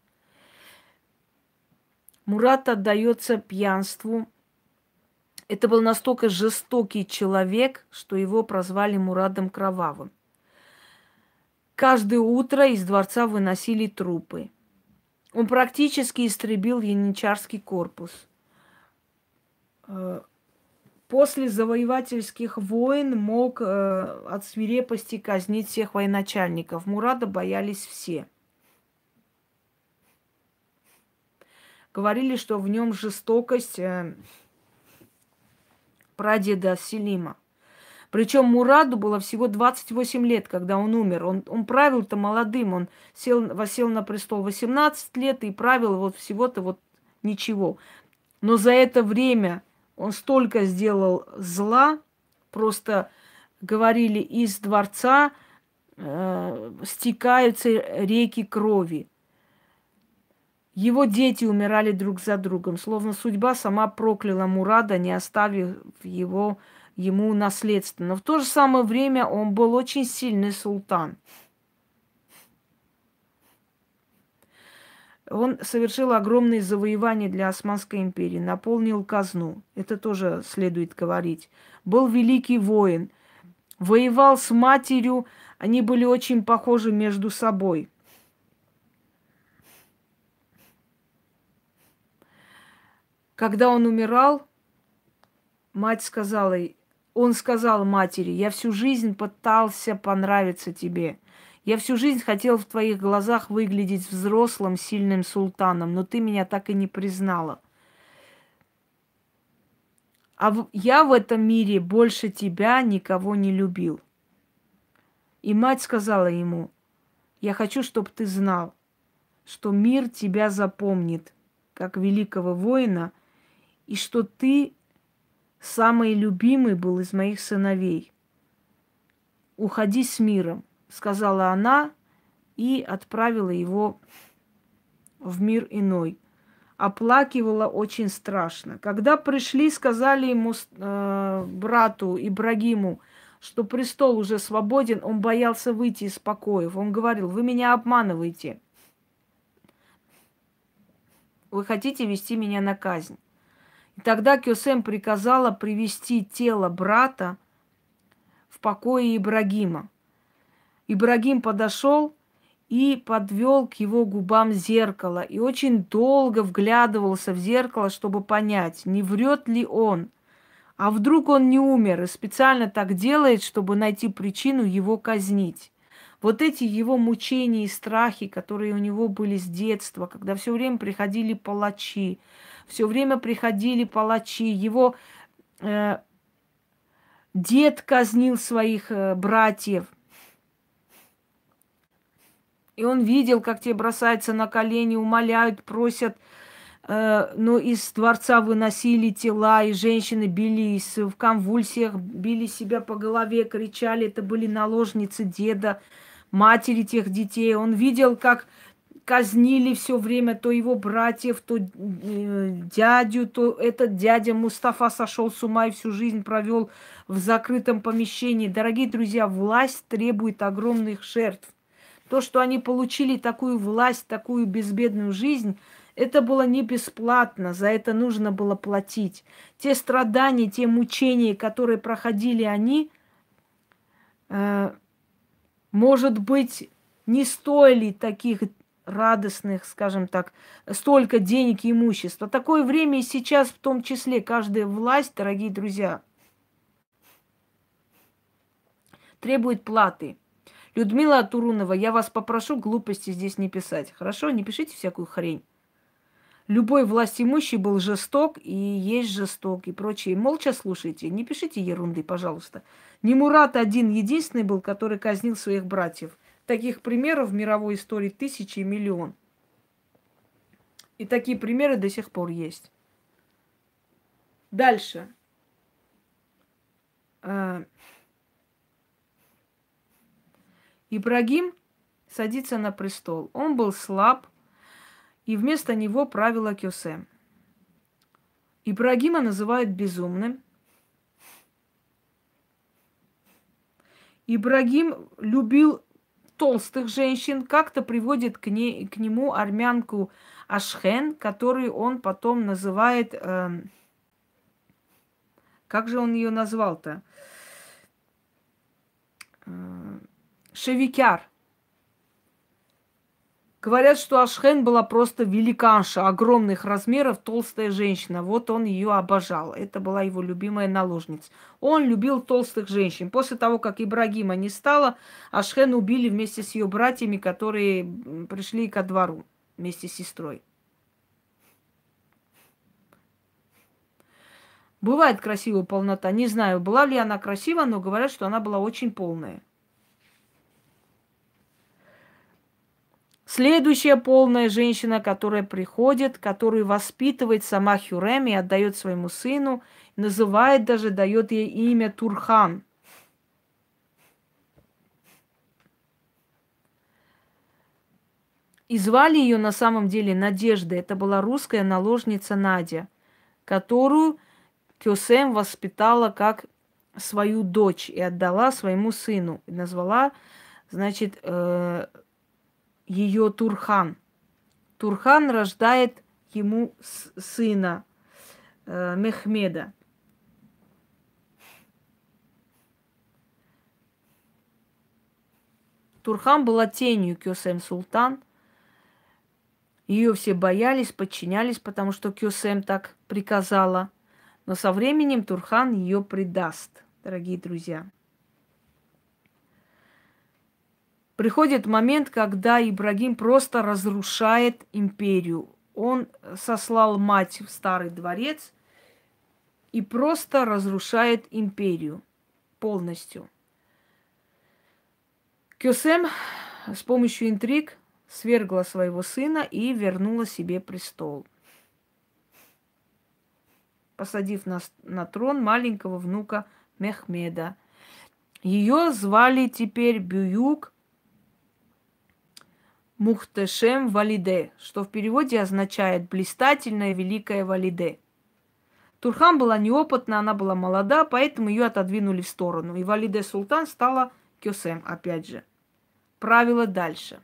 Мурат отдается пьянству. Это был настолько жестокий человек, что его прозвали Мурадом Кровавым. Каждое утро из дворца выносили трупы. Он практически истребил янычарский корпус. После завоевательских войн мог э, от свирепости казнить всех военачальников. Мурада боялись все. Говорили, что в нем жестокость э, прадеда Селима. Причем Мураду было всего двадцать восемь лет, когда он умер. Он, он правил-то молодым, он сел, восел на престол восемнадцать лет и правил вот всего-то вот ничего. Но за это время он столько сделал зла, просто говорили, из дворца э, стекаются реки крови. Его дети умирали друг за другом, словно судьба сама прокляла Мурада, не оставив его, ему наследство. Но в то же самое время он был очень сильный султан. Он совершил огромные завоевания для Османской империи, наполнил казну. Это тоже следует говорить. Был великий воин. Воевал с матерью. Они были очень похожи между собой. Когда он умирал, мать сказала, он сказал матери: я всю жизнь пытался понравиться тебе. Я всю жизнь хотел в твоих глазах выглядеть взрослым, сильным султаном, но ты меня так и не признала. А в... я в этом мире больше тебя никого не любил. И мать сказала ему: я хочу, чтобы ты знал, что мир тебя запомнит, как великого воина, и что ты самый любимый был из моих сыновей. Уходи с миром, сказала она и отправила его в мир иной. Оплакивала очень страшно. Когда пришли, сказали ему, э, брату Ибрагиму, что престол уже свободен, он боялся выйти из покоев. Он говорил: вы меня обманываете. Вы хотите вести меня на казнь. И тогда Кёсем приказала привести тело брата в покое Ибрагима. Ибрагим подошел и подвел к его губам зеркало. И очень долго вглядывался в зеркало, чтобы понять, не врет ли он. А вдруг он не умер и специально так делает, чтобы найти причину его казнить. Вот эти его мучения и страхи, которые у него были с детства, когда все время приходили палачи, все время приходили палачи, его э, дед казнил своих э, братьев. И он видел, как те бросаются на колени, умоляют, просят. Э, но из дворца выносили тела, и женщины бились в конвульсиях, били себя по голове, кричали. Это были наложницы деда, матери тех детей. Он видел, как казнили все время то его братьев, то э, дядю, то этот дядя Мустафа сошел с ума и всю жизнь провел в закрытом помещении. Дорогие друзья, власть требует огромных жертв. То, что они получили такую власть, такую безбедную жизнь, это было не бесплатно, за это нужно было платить. Те страдания, те мучения, которые проходили они, э, может быть, не стоили таких радостных, скажем так, столько денег и имущества. Такое время и сейчас, в том числе, каждая власть, дорогие друзья, требует платы. Людмила Турунова, я вас попрошу глупости здесь не писать. Хорошо? Не пишите всякую хрень. Любой властимущий был жесток и есть жесток и прочее. Молча слушайте. Не пишите ерунды, пожалуйста. Не Мурат один единственный был, который казнил своих братьев. Таких примеров в мировой истории тысячи и миллион. И такие примеры до сих пор есть. Дальше. Ибрагим садится на престол. Он был слаб, и вместо него правила Кёсем. Ибрагима называют безумным. Ибрагим любил толстых женщин. Как-то приводит к, ней, к нему армянку Ашхен, которую он потом называет... Э, как же он ее назвал-то? Э, Шевикяр. Говорят, что Ашхен была просто великанша, огромных размеров, толстая женщина. Вот он ее обожал. Это была его любимая наложница. Он любил толстых женщин. После того, как Ибрагима не стало, Ашхен убили вместе с ее братьями, которые пришли ко двору вместе с сестрой. Бывает красивая полнота. Не знаю, была ли она красива, но говорят, что она была очень полная. Следующая полная женщина, которая приходит, которую воспитывает сама Хюррем и отдает своему сыну, называет даже, дает ей имя Турхан. И звали ее на самом деле Надежда. Это была русская наложница Надя, которую Кёсем воспитала как свою дочь и отдала своему сыну. И назвала, значит, э, ее Турхан. Турхан рождает ему сына э, Мехмеда. Турхан была тенью Кёсем Султан. Ее все боялись, подчинялись, потому что Кёсем так приказала. Но со временем Турхан ее предаст, дорогие друзья. Приходит момент, когда Ибрагим просто разрушает империю. Он сослал мать в старый дворец и просто разрушает империю полностью. Кёсем с помощью интриг свергла своего сына и вернула себе престол, посадив на, на трон маленького внука Мехмеда. Ее звали теперь Бююк Мухтешем Валиде, что в переводе означает «блистательная великая Валиде». Турхан была неопытна, она была молода, поэтому ее отодвинули в сторону. И Валиде Султан стала Кёсем, опять же. Правила дальше.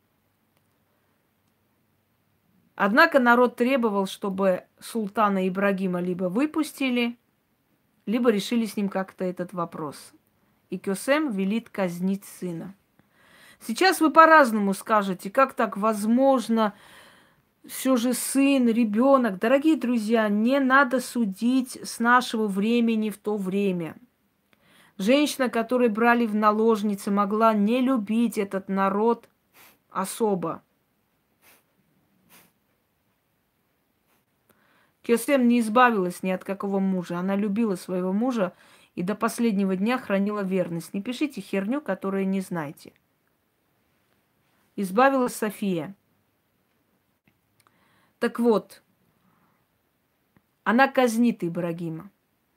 Однако народ требовал, чтобы султана Ибрагима либо выпустили, либо решили с ним как-то этот вопрос. И Кёсем велит казнить сына. Сейчас вы по-разному скажете, как так возможно, все же сын, ребенок. Дорогие друзья, не надо судить с нашего времени в то время. Женщина, которую брали в наложницы, могла не любить этот народ особо. Кёсем не избавилась ни от какого мужа. Она любила своего мужа и до последнего дня хранила верность. Не пишите херню, которую не знаете. Избавилась София. Так вот, она казнит Ибрагима.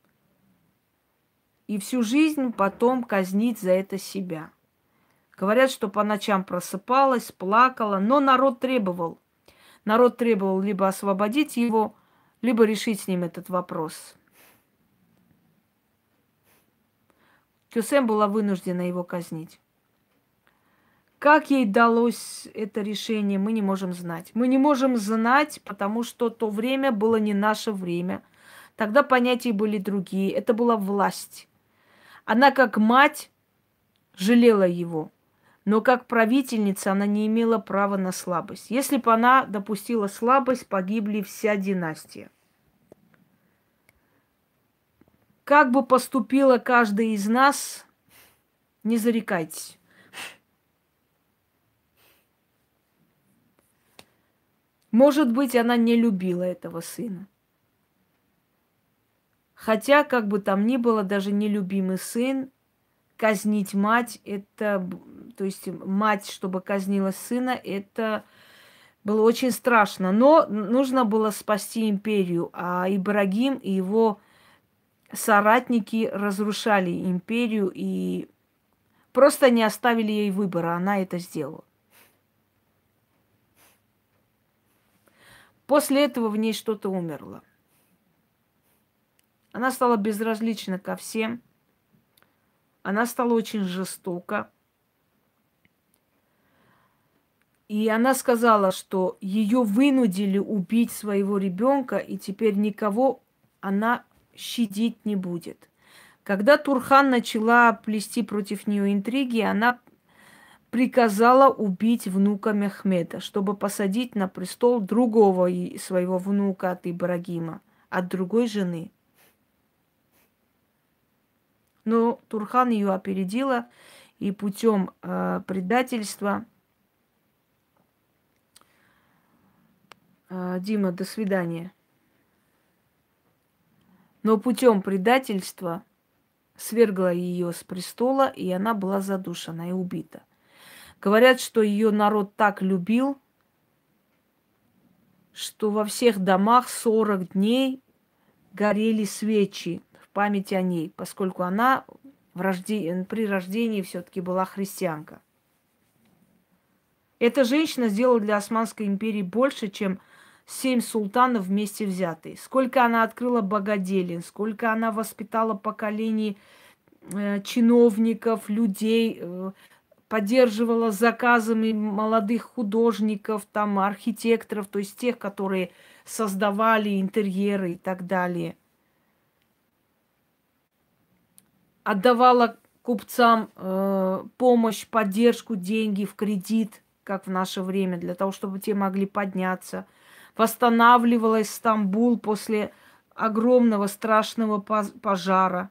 И всю жизнь потом казнит за это себя. Говорят, что по ночам просыпалась, плакала, но народ требовал. Народ требовал либо освободить его, либо решить с ним этот вопрос. Кёсем была вынуждена его казнить. Как ей далось это решение, мы не можем знать. Мы не можем знать, потому что то время было не наше время. Тогда понятия были другие. Это была власть. Она как мать жалела его, но как правительница она не имела права на слабость. Если бы она допустила слабость, погибли вся династия. Как бы поступила каждая из нас, не зарекайтесь. Может быть, она не любила этого сына. Хотя, как бы там ни было, даже нелюбимый сын, казнить мать, это, то есть мать, чтобы казнила сына, это было очень страшно. Но нужно было спасти империю, а Ибрагим и его соратники разрушали империю и просто не оставили ей выбора, она это сделала. После этого в ней что-то умерло. Она стала безразлична ко всем. Она стала очень жестока. И она сказала, что ее вынудили убить своего ребенка, и теперь никого она щадить не будет. Когда Турхан начала плести против нее интриги, она приказала убить внука Мехмеда, чтобы посадить на престол другого своего внука от Ибрагима, от другой жены. Но Турхан ее опередила, и путем э, предательства... Э, Дима, до свидания. Но путем предательства свергла ее с престола, и она была задушена и убита. Говорят, что ее народ так любил, что во всех домах сорок дней горели свечи в память о ней, поскольку она в рожде... при рождении все-таки была христианка. Эта женщина сделала для Османской империи больше, чем семь султанов вместе взятые. Сколько она открыла богоделин, сколько она воспитала поколений э, чиновников, людей, э, поддерживала заказами молодых художников, там, архитекторов, то есть тех, которые создавали интерьеры и так далее. Отдавала купцам э, помощь, поддержку, деньги в кредит, как в наше время, для того, чтобы те могли подняться. Восстанавливала Стамбул после огромного страшного пожара.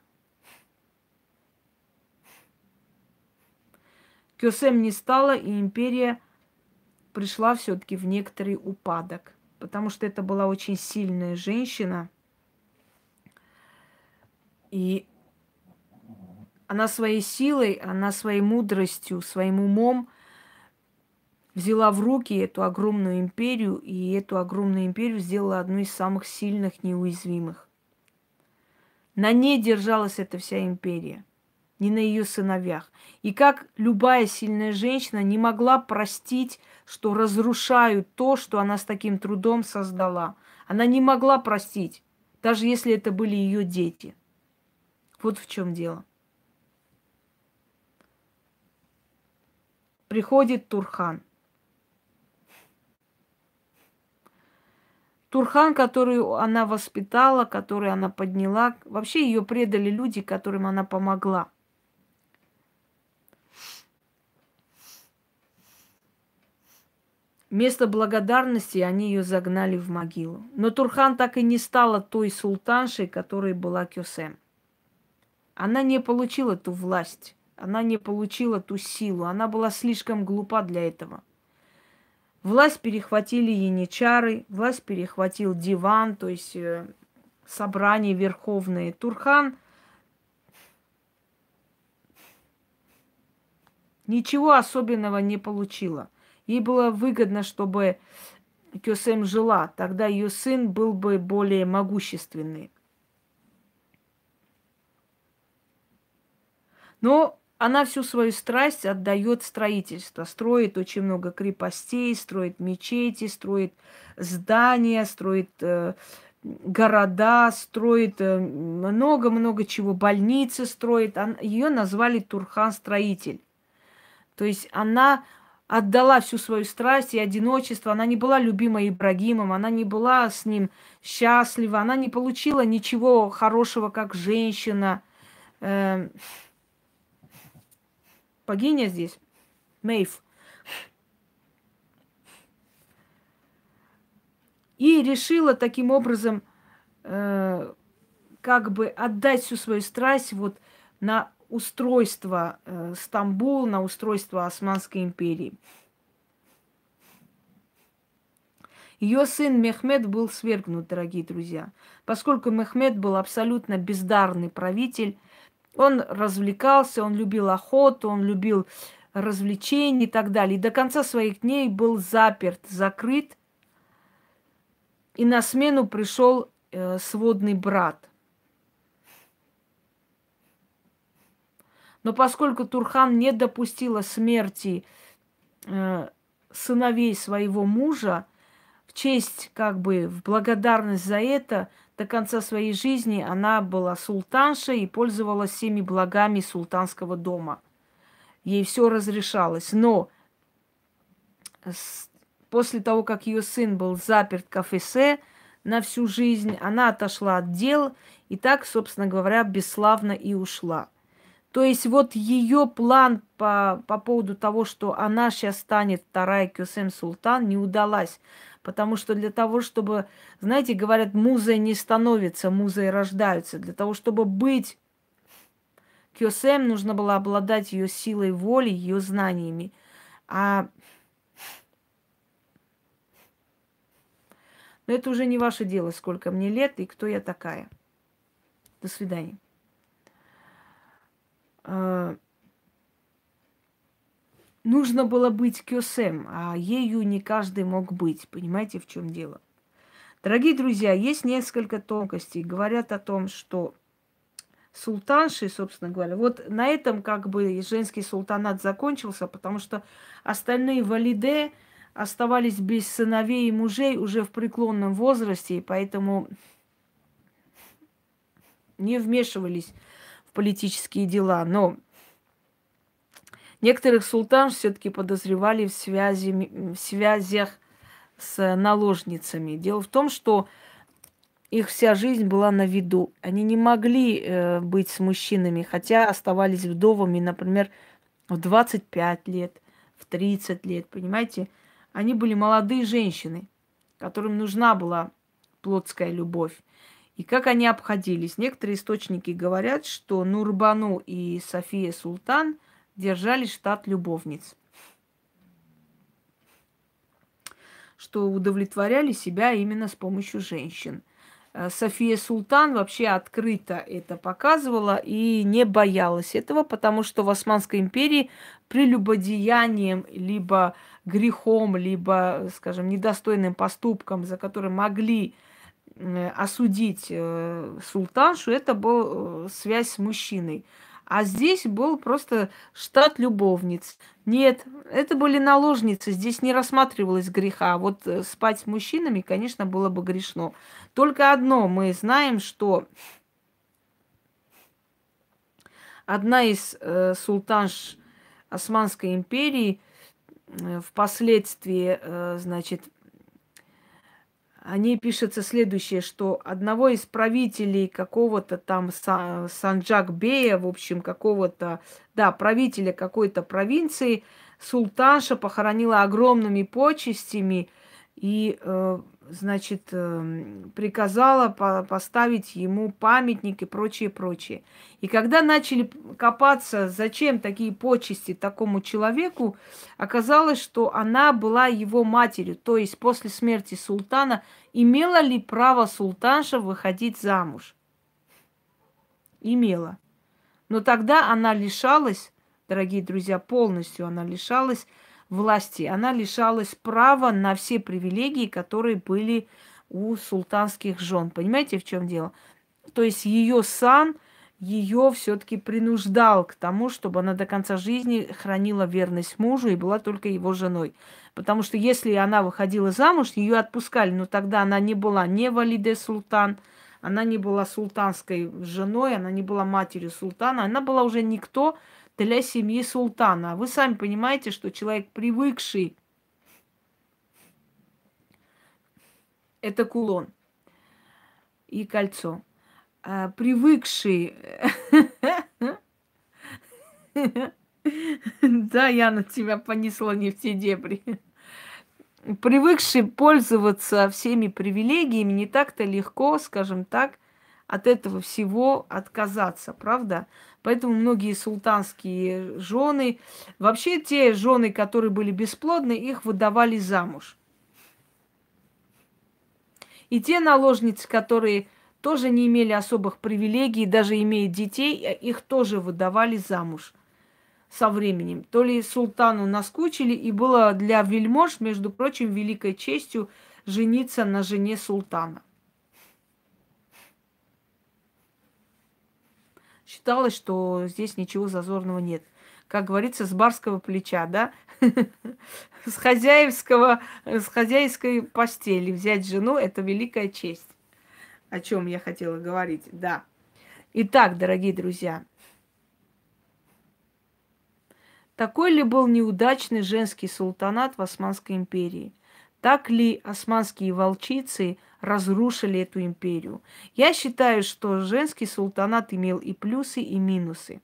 Кёсем не стало, и империя пришла все-таки в некоторый упадок, потому что это была очень сильная женщина, и она своей силой, она своей мудростью, своим умом взяла в руки эту огромную империю, и эту огромную империю сделала одну из самых сильных, неуязвимых. На ней держалась эта вся империя, не на ее сыновьях. И как любая сильная женщина не могла простить, что разрушают то, что она с таким трудом создала. Она не могла простить, даже если это были ее дети. Вот в чем дело. Приходит Турхан. Турхан, которую она воспитала, которую она подняла. Вообще ее предали люди, которым она помогла. Вместо благодарности они ее загнали в могилу. Но Турхан так и не стала той султаншей, которой была Кёсем. Она не получила ту власть, она не получила ту силу, она была слишком глупа для этого. Власть перехватили яничары, власть перехватил диван, то есть э, собрания верховные. Турхан ничего особенного не получила. Ей было выгодно, чтобы Кёсем жила, тогда ее сын был бы более могущественный. Но она всю свою страсть отдает строительству, строит очень много крепостей, строит мечети, строит здания, строит э, города, строит много-много э, чего, больницы строит. Ее назвали Турхан-строитель. То есть она отдала всю свою страсть и одиночество. Она не была любимой Ибрагимом, она не была с ним счастлива, она не получила ничего хорошего, как женщина. Э, Богиня здесь, Мейв. И решила таким образом э, как бы отдать всю свою страсть вот на устройство э, Стамбула, на устройство Османской империи. Ее сын Мехмед был свергнут, дорогие друзья. Поскольку Мехмед был абсолютно бездарный правитель, он развлекался, он любил охоту, он любил развлечения и так далее. И до конца своих дней был заперт, закрыт. И на смену пришел э, сводный брат. Но поскольку Турхан не допустила смерти э, сыновей своего мужа, в честь, как бы, в благодарность за это, до конца своей жизни она была султаншей и пользовалась всеми благами султанского дома. Ей все разрешалось. Но с- после того, как ее сын был заперт в кафесе на всю жизнь, она отошла от дел и так, собственно говоря, бесславно и ушла. То есть вот ее план по, по поводу того, что она сейчас станет вторая Кесем Султан, не удалась. Потому что для того, чтобы, знаете, говорят, музой не становится, музой рождаются. Для того, чтобы быть Кесем, нужно было обладать ее силой воли, ее знаниями. А но это уже не ваше дело, сколько мне лет и кто я такая. До свидания. А, нужно было быть кёсем, а ею не каждый мог быть. Понимаете, в чем дело? Дорогие друзья, есть несколько тонкостей. Говорят о том, что султанши, собственно говоря, вот на этом как бы женский султанат закончился, потому что остальные валиде оставались без сыновей и мужей уже в преклонном возрасте, и поэтому не вмешивались в политические дела. Но некоторых султан все-таки подозревали в, связи, в связях с наложницами. Дело в том, что их вся жизнь была на виду. Они не могли э, быть с мужчинами, хотя оставались вдовами, например, в двадцать пять лет, в тридцать лет, понимаете? Они были молодые женщины, которым нужна была плотская любовь. И как они обходились? Некоторые источники говорят, что Нурбану и София Султан держали штат любовниц, что удовлетворяли себя именно с помощью женщин. София Султан вообще открыто это показывала и не боялась этого, потому что в Османской империи прелюбодеянием, либо грехом, либо, скажем, недостойным поступком, за который могли осудить султаншу, это была связь с мужчиной. А здесь был просто штат любовниц. Нет, это были наложницы, здесь не рассматривалось греха. Вот спать с мужчинами, конечно, было бы грешно. Только одно мы знаем, что одна из э, султанш Османской империи э, впоследствии, э, значит, о ней пишется следующее, что одного из правителей какого-то там Санджак-бея, в общем, какого-то, да, правителя какой-то провинции, султанша похоронила огромными почестями и, э, значит, э, приказала по- поставить ему памятник и прочее, прочее. И когда начали копаться, зачем такие почести такому человеку, оказалось, что она была его матерью, то есть после смерти султана имела ли право султанша выходить замуж? Имела. Но тогда она лишалась, дорогие друзья, полностью она лишалась власти, она лишалась права на все привилегии, которые были у султанских жен. Понимаете, в чем дело? То есть ее сан ее все-таки принуждал к тому, чтобы она до конца жизни хранила верность мужу и была только его женой. Потому что если она выходила замуж, ее отпускали, но тогда она не была не валиде султан, она не была султанской женой, она не была матерью султана, она была уже никто для семьи султана. А вы сами понимаете, что человек, привыкший, это кулон и кольцо, а, привыкший... Да, Яна, тебя понесло не в те дебри. Привыкший пользоваться всеми привилегиями, не так-то легко, скажем так, от этого всего отказаться, правда? Поэтому многие султанские жены, вообще те жены, которые были бесплодны, их выдавали замуж. И те наложницы, которые тоже не имели особых привилегий, даже имея детей, их тоже выдавали замуж со временем. То ли султану наскучили, и было для вельмож, между прочим, великой честью жениться на жене султана. Считалось, что здесь ничего зазорного нет. Как говорится, с барского плеча, да? С хозяевского, с хозяйской постели взять жену – это великая честь. о чем я хотела говорить, да. Итак, дорогие друзья, такой ли был неудачный женский султанат в Османской империи? Так ли османские волчицы разрушили эту империю? Я считаю, что женский султанат имел и плюсы, и минусы.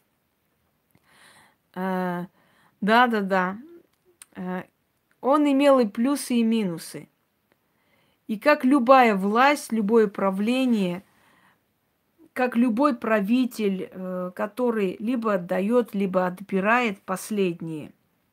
Э, Да-да-да. Э, Он имел и плюсы, и минусы. И как любая власть, любое правление, как любой правитель, э, который либо отдает, либо отбирает последнее,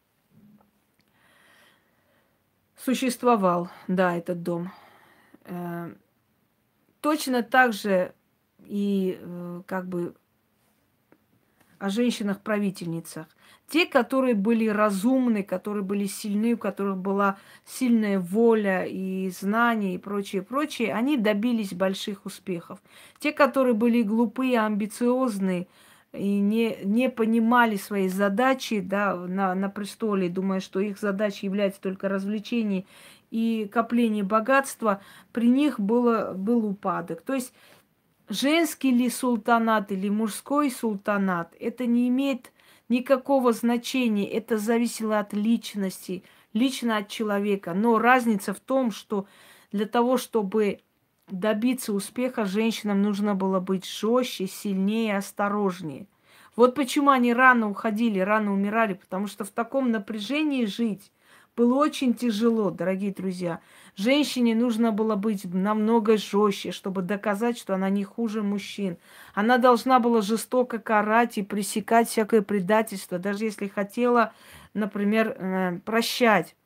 существовал, да, этот дом. Э, Точно так же и э, как бы о женщинах-правительницах. Те, которые были разумны, которые были сильны, у которых была сильная воля и знания и прочее, прочее, они добились больших успехов. Те, которые были глупые, амбициозные и не, не понимали своей задачи, да, на, на престоле, думая, что их задача является только развлечение и копление богатства, при них было, был упадок. То есть женский ли султанат или мужской султанат, это не имеет никакого значения. Это зависело от личности, лично от человека. Но разница в том, что для того, чтобы добиться успеха, женщинам нужно было быть жестче, сильнее, осторожнее. Вот почему они рано уходили, рано умирали, потому что в таком напряжении жить было очень тяжело, дорогие друзья. Женщине нужно было быть намного жестче, чтобы доказать, что она не хуже мужчин. Она должна была жестоко карать и пресекать всякое предательство, даже если хотела, например, э, прощать.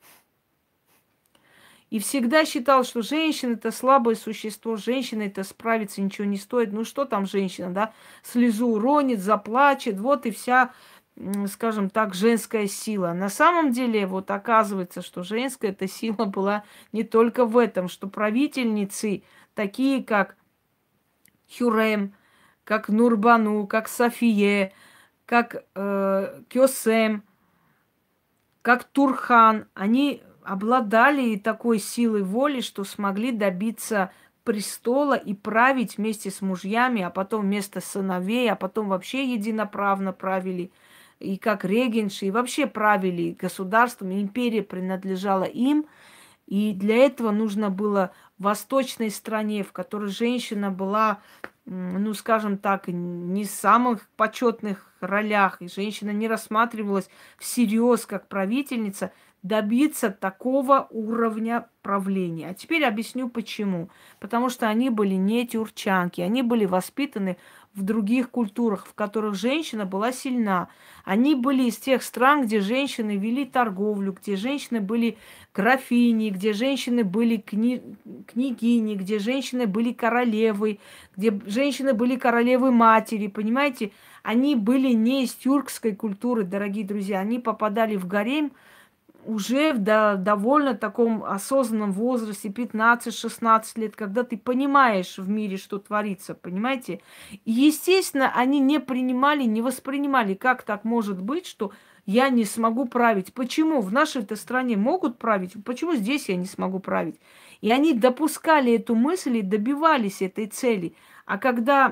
И всегда считал, что женщина – это слабое существо, женщина – это справиться ничего не стоит. Ну что там женщина, да? Слезу уронит, заплачет, вот и вся, скажем так, женская сила. На самом деле, вот оказывается, что женская эта сила была не только в этом, что правительницы, такие как Хюррем, как Нурбану, как Софие, как э, Кёсем, как Турхан, они обладали такой силой воли, что смогли добиться престола и править вместе с мужьями, а потом вместо сыновей, а потом вообще единоправно правили, и как регенши, и вообще правили государством, империя принадлежала им, и для этого нужно было в восточной стране, в которой женщина была, ну, скажем так, не в самых почетных ролях, и женщина не рассматривалась всерьез как правительница, добиться такого уровня правления. А теперь объясню почему. Потому что они были не тюркчанки, они были воспитаны в других культурах, в которых женщина была сильна. Они были из тех стран, где женщины вели торговлю, где женщины были графини, где женщины были кни... княгини, где женщины были королевы, где женщины были королевы-матери, понимаете? Они были не из тюркской культуры, дорогие друзья. Они попадали в гарем уже в до, довольно таком осознанном возрасте, пятнадцать-шестнадцать лет, когда ты понимаешь в мире, что творится, понимаете? И, естественно, они не принимали, не воспринимали, как так может быть, что я не смогу править. Почему? В нашей-то стране могут править, почему здесь я не смогу править? И они допускали эту мысль и добивались этой цели. А когда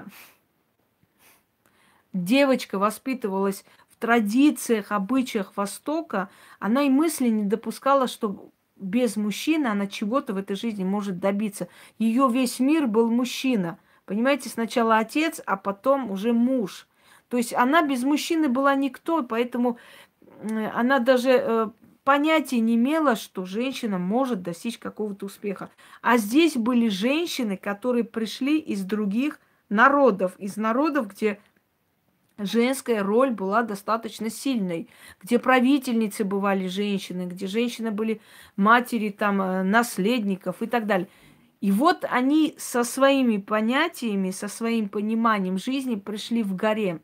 девочка воспитывалась в традициях, обычаях Востока, она и мысли не допускала, что без мужчины она чего-то в этой жизни может добиться. Ее весь мир был мужчина. Понимаете, сначала отец, а потом уже муж. То есть она без мужчины была никто, поэтому она даже понятия не имела, что женщина может достичь какого-то успеха. А здесь были женщины, которые пришли из других народов, из народов, где женская роль была достаточно сильной, где правительницы бывали женщины, где женщины были матери там наследников и так далее. И вот они со своими понятиями, со своим пониманием жизни пришли в гарем.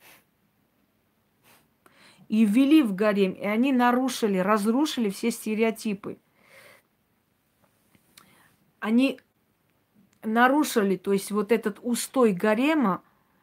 И ввели в гарем, и они нарушили, разрушили все стереотипы. Они нарушили, то есть вот этот устой гарема,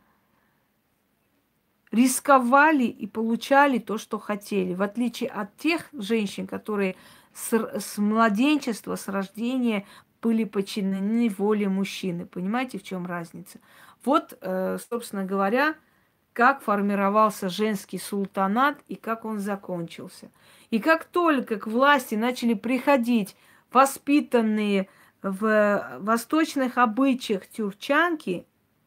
рисковали и получали то, что хотели. В отличие от тех женщин, которые с, с младенчества, с рождения были подчинены воле мужчины. Понимаете, в чем разница? Вот, э, собственно говоря, как формировался женский султанат и как он закончился. И как только к власти начали приходить воспитанные в восточных обычаях тюркчанки,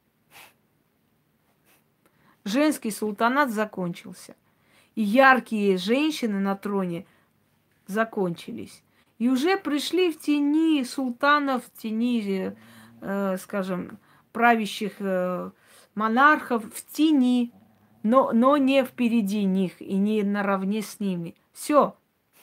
женский султанат закончился. И яркие женщины на троне закончились. И уже пришли в тени султанов, в тени, э, скажем, правящих э, монархов, в тени, но, но не впереди них и не наравне с ними. Все.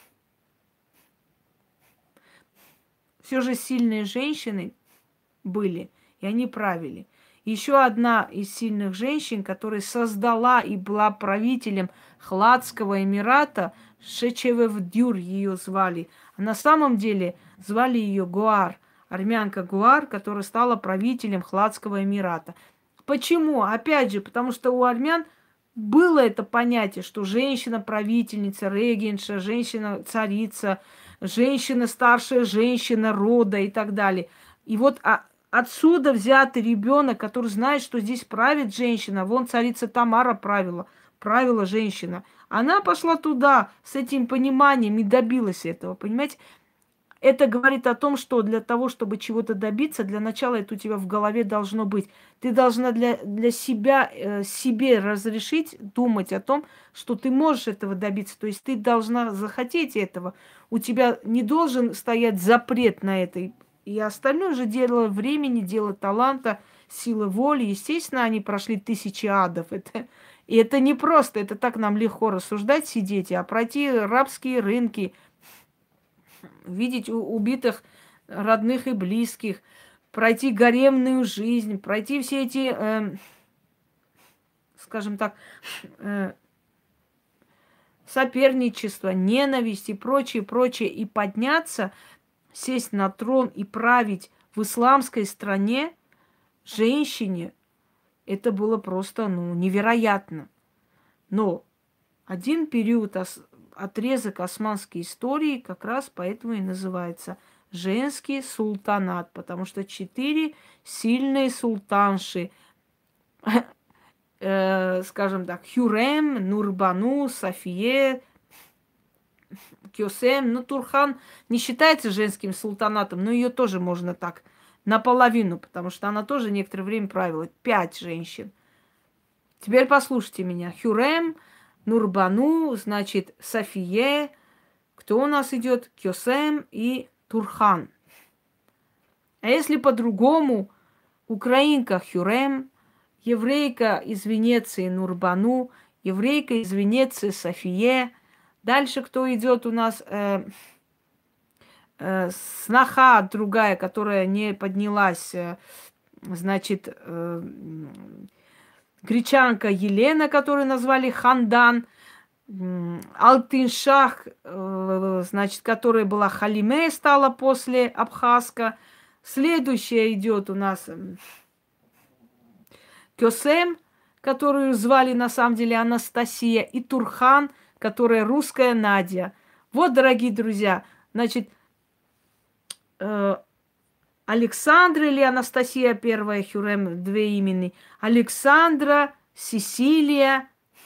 Все же сильные женщины были, и они правили. Еще одна из сильных женщин, которая создала и была правителем Хладского Эмирата, Шечевевдюр ее звали. А на самом деле звали ее Гуар, армянка Гуар, которая стала правителем Хладского Эмирата. Почему? Опять же, потому что у армян было это понятие, что женщина-правительница, регенша, женщина-царица, женщина, старшая женщина рода и так далее. И вот а, отсюда взятый ребенок, который знает, что здесь правит женщина. Вон царица Тамара правила, правила женщина. Она пошла туда с этим пониманием и добилась этого, понимаете? Это говорит о том, что для того, чтобы чего-то добиться, для начала это у тебя в голове должно быть. Ты должна для, для себя, э, себе разрешить думать о том, что ты можешь этого добиться. То есть ты должна захотеть этого. У тебя не должен стоять запрет на это. И остальное же дело времени, дело таланта, силы воли. Естественно, они прошли тысячи адов. Это, и это не просто, это так нам легко рассуждать, сидеть, а пройти рабские рынки, видеть убитых родных и близких, пройти гаремную жизнь, пройти все эти, э, скажем так, э, соперничество, ненависть и прочее, прочее, и подняться, сесть на трон и править в исламской стране женщине, это было просто, ну, невероятно. Но один период, отрезок османской истории как раз поэтому и называется женский султанат, потому что четыре сильные султанши, э, скажем так, Хюрем, Нурбану, Софие, Кёсем, ну, Турхан не считается женским султанатом, но ее тоже можно так наполовину, потому что она тоже некоторое время правила. Пять женщин. Теперь послушайте меня. Хюрем, Нурбану, значит, Софие, кто у нас идет? Кёсем и Турхан. А если по-другому, украинка Хюрем, еврейка из Венеции Нурбану, еврейка из Венеции Софие. Дальше кто идет у нас? Э, э, сноха другая, которая не поднялась, э, значит, э, гречанка Елена, которую назвали Хандан, Алтыншах, значит, которая была Халиме, стала после Абхазка. Следующая идет у нас Кёсем, которую звали на самом деле Анастасия, и Турхан, которая русская Надя. Вот, дорогие друзья, значит, Александра или Анастасия первая, Хюрем, две имени. Александра, Сесилия,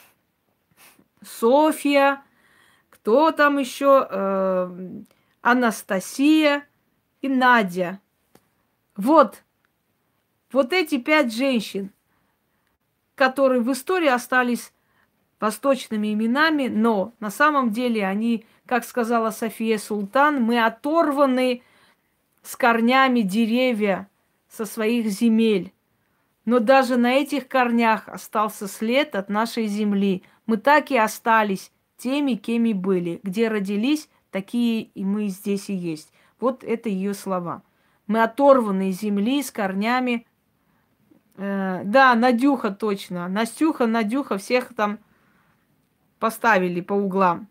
Софья, кто там еще? Э, Анастасия и Надя. Вот, вот эти пять женщин, которые в истории остались восточными именами, но на самом деле они, как сказала София Султан, мы оторваны с корнями деревья со своих земель. Но даже на этих корнях остался след от нашей земли. Мы так и остались теми, кем и были. Где родились, такие и мы здесь и есть. Вот это ее слова. Мы оторваны из земли с корнями. Э, да, Надюха точно. Настюха, Надюха, всех там поставили по углам.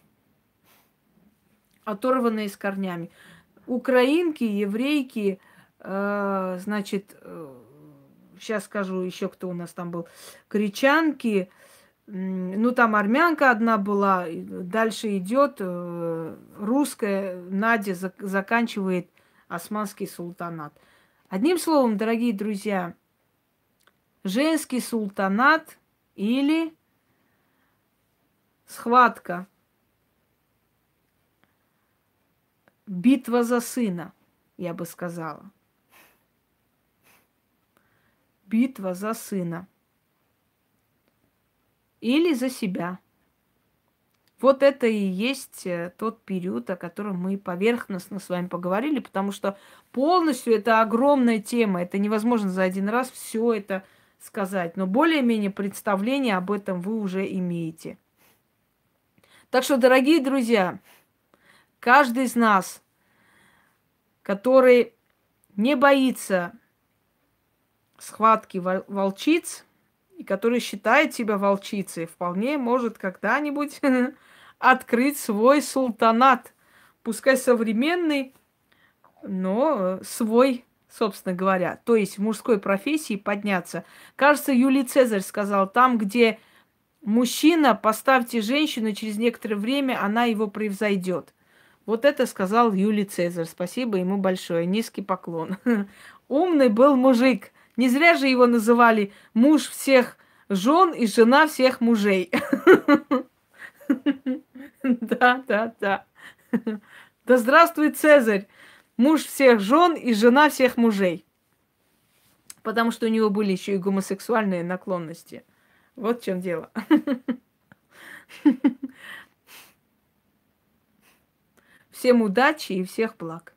Оторванные с корнями. Украинки, еврейки, э, значит, э, сейчас скажу еще, кто у нас там был, гречанки, э, ну там армянка одна была, дальше идет э, русская, Надя зак- заканчивает османский султанат. Одним словом, дорогие друзья, женский султанат или схватка, битва за сына, я бы сказала. Битва за сына. Или за себя. Вот это и есть тот период, о котором мы поверхностно с вами поговорили, потому что полностью это огромная тема. Это невозможно за один раз все это сказать. Но более-менее представление об этом вы уже имеете. Так что, дорогие друзья, каждый из нас, который не боится схватки волчиц, и который считает себя волчицей, вполне может когда-нибудь открыть свой султанат. Пускай современный, но свой, собственно говоря. То есть в мужской профессии подняться. Кажется, Юлий Цезарь сказал, там, где мужчина, поставьте женщину, через некоторое время она его превзойдет. Вот это сказал Юлий Цезарь. Спасибо ему большое. Низкий поклон. Умный был мужик. Не зря же его называли муж всех жен и жена всех мужей. Да, да, да. Да здравствует Цезарь, муж всех жен и жена всех мужей. Потому что у него были еще и гомосексуальные наклонности. Вот в чем дело. Всем удачи и всех благ.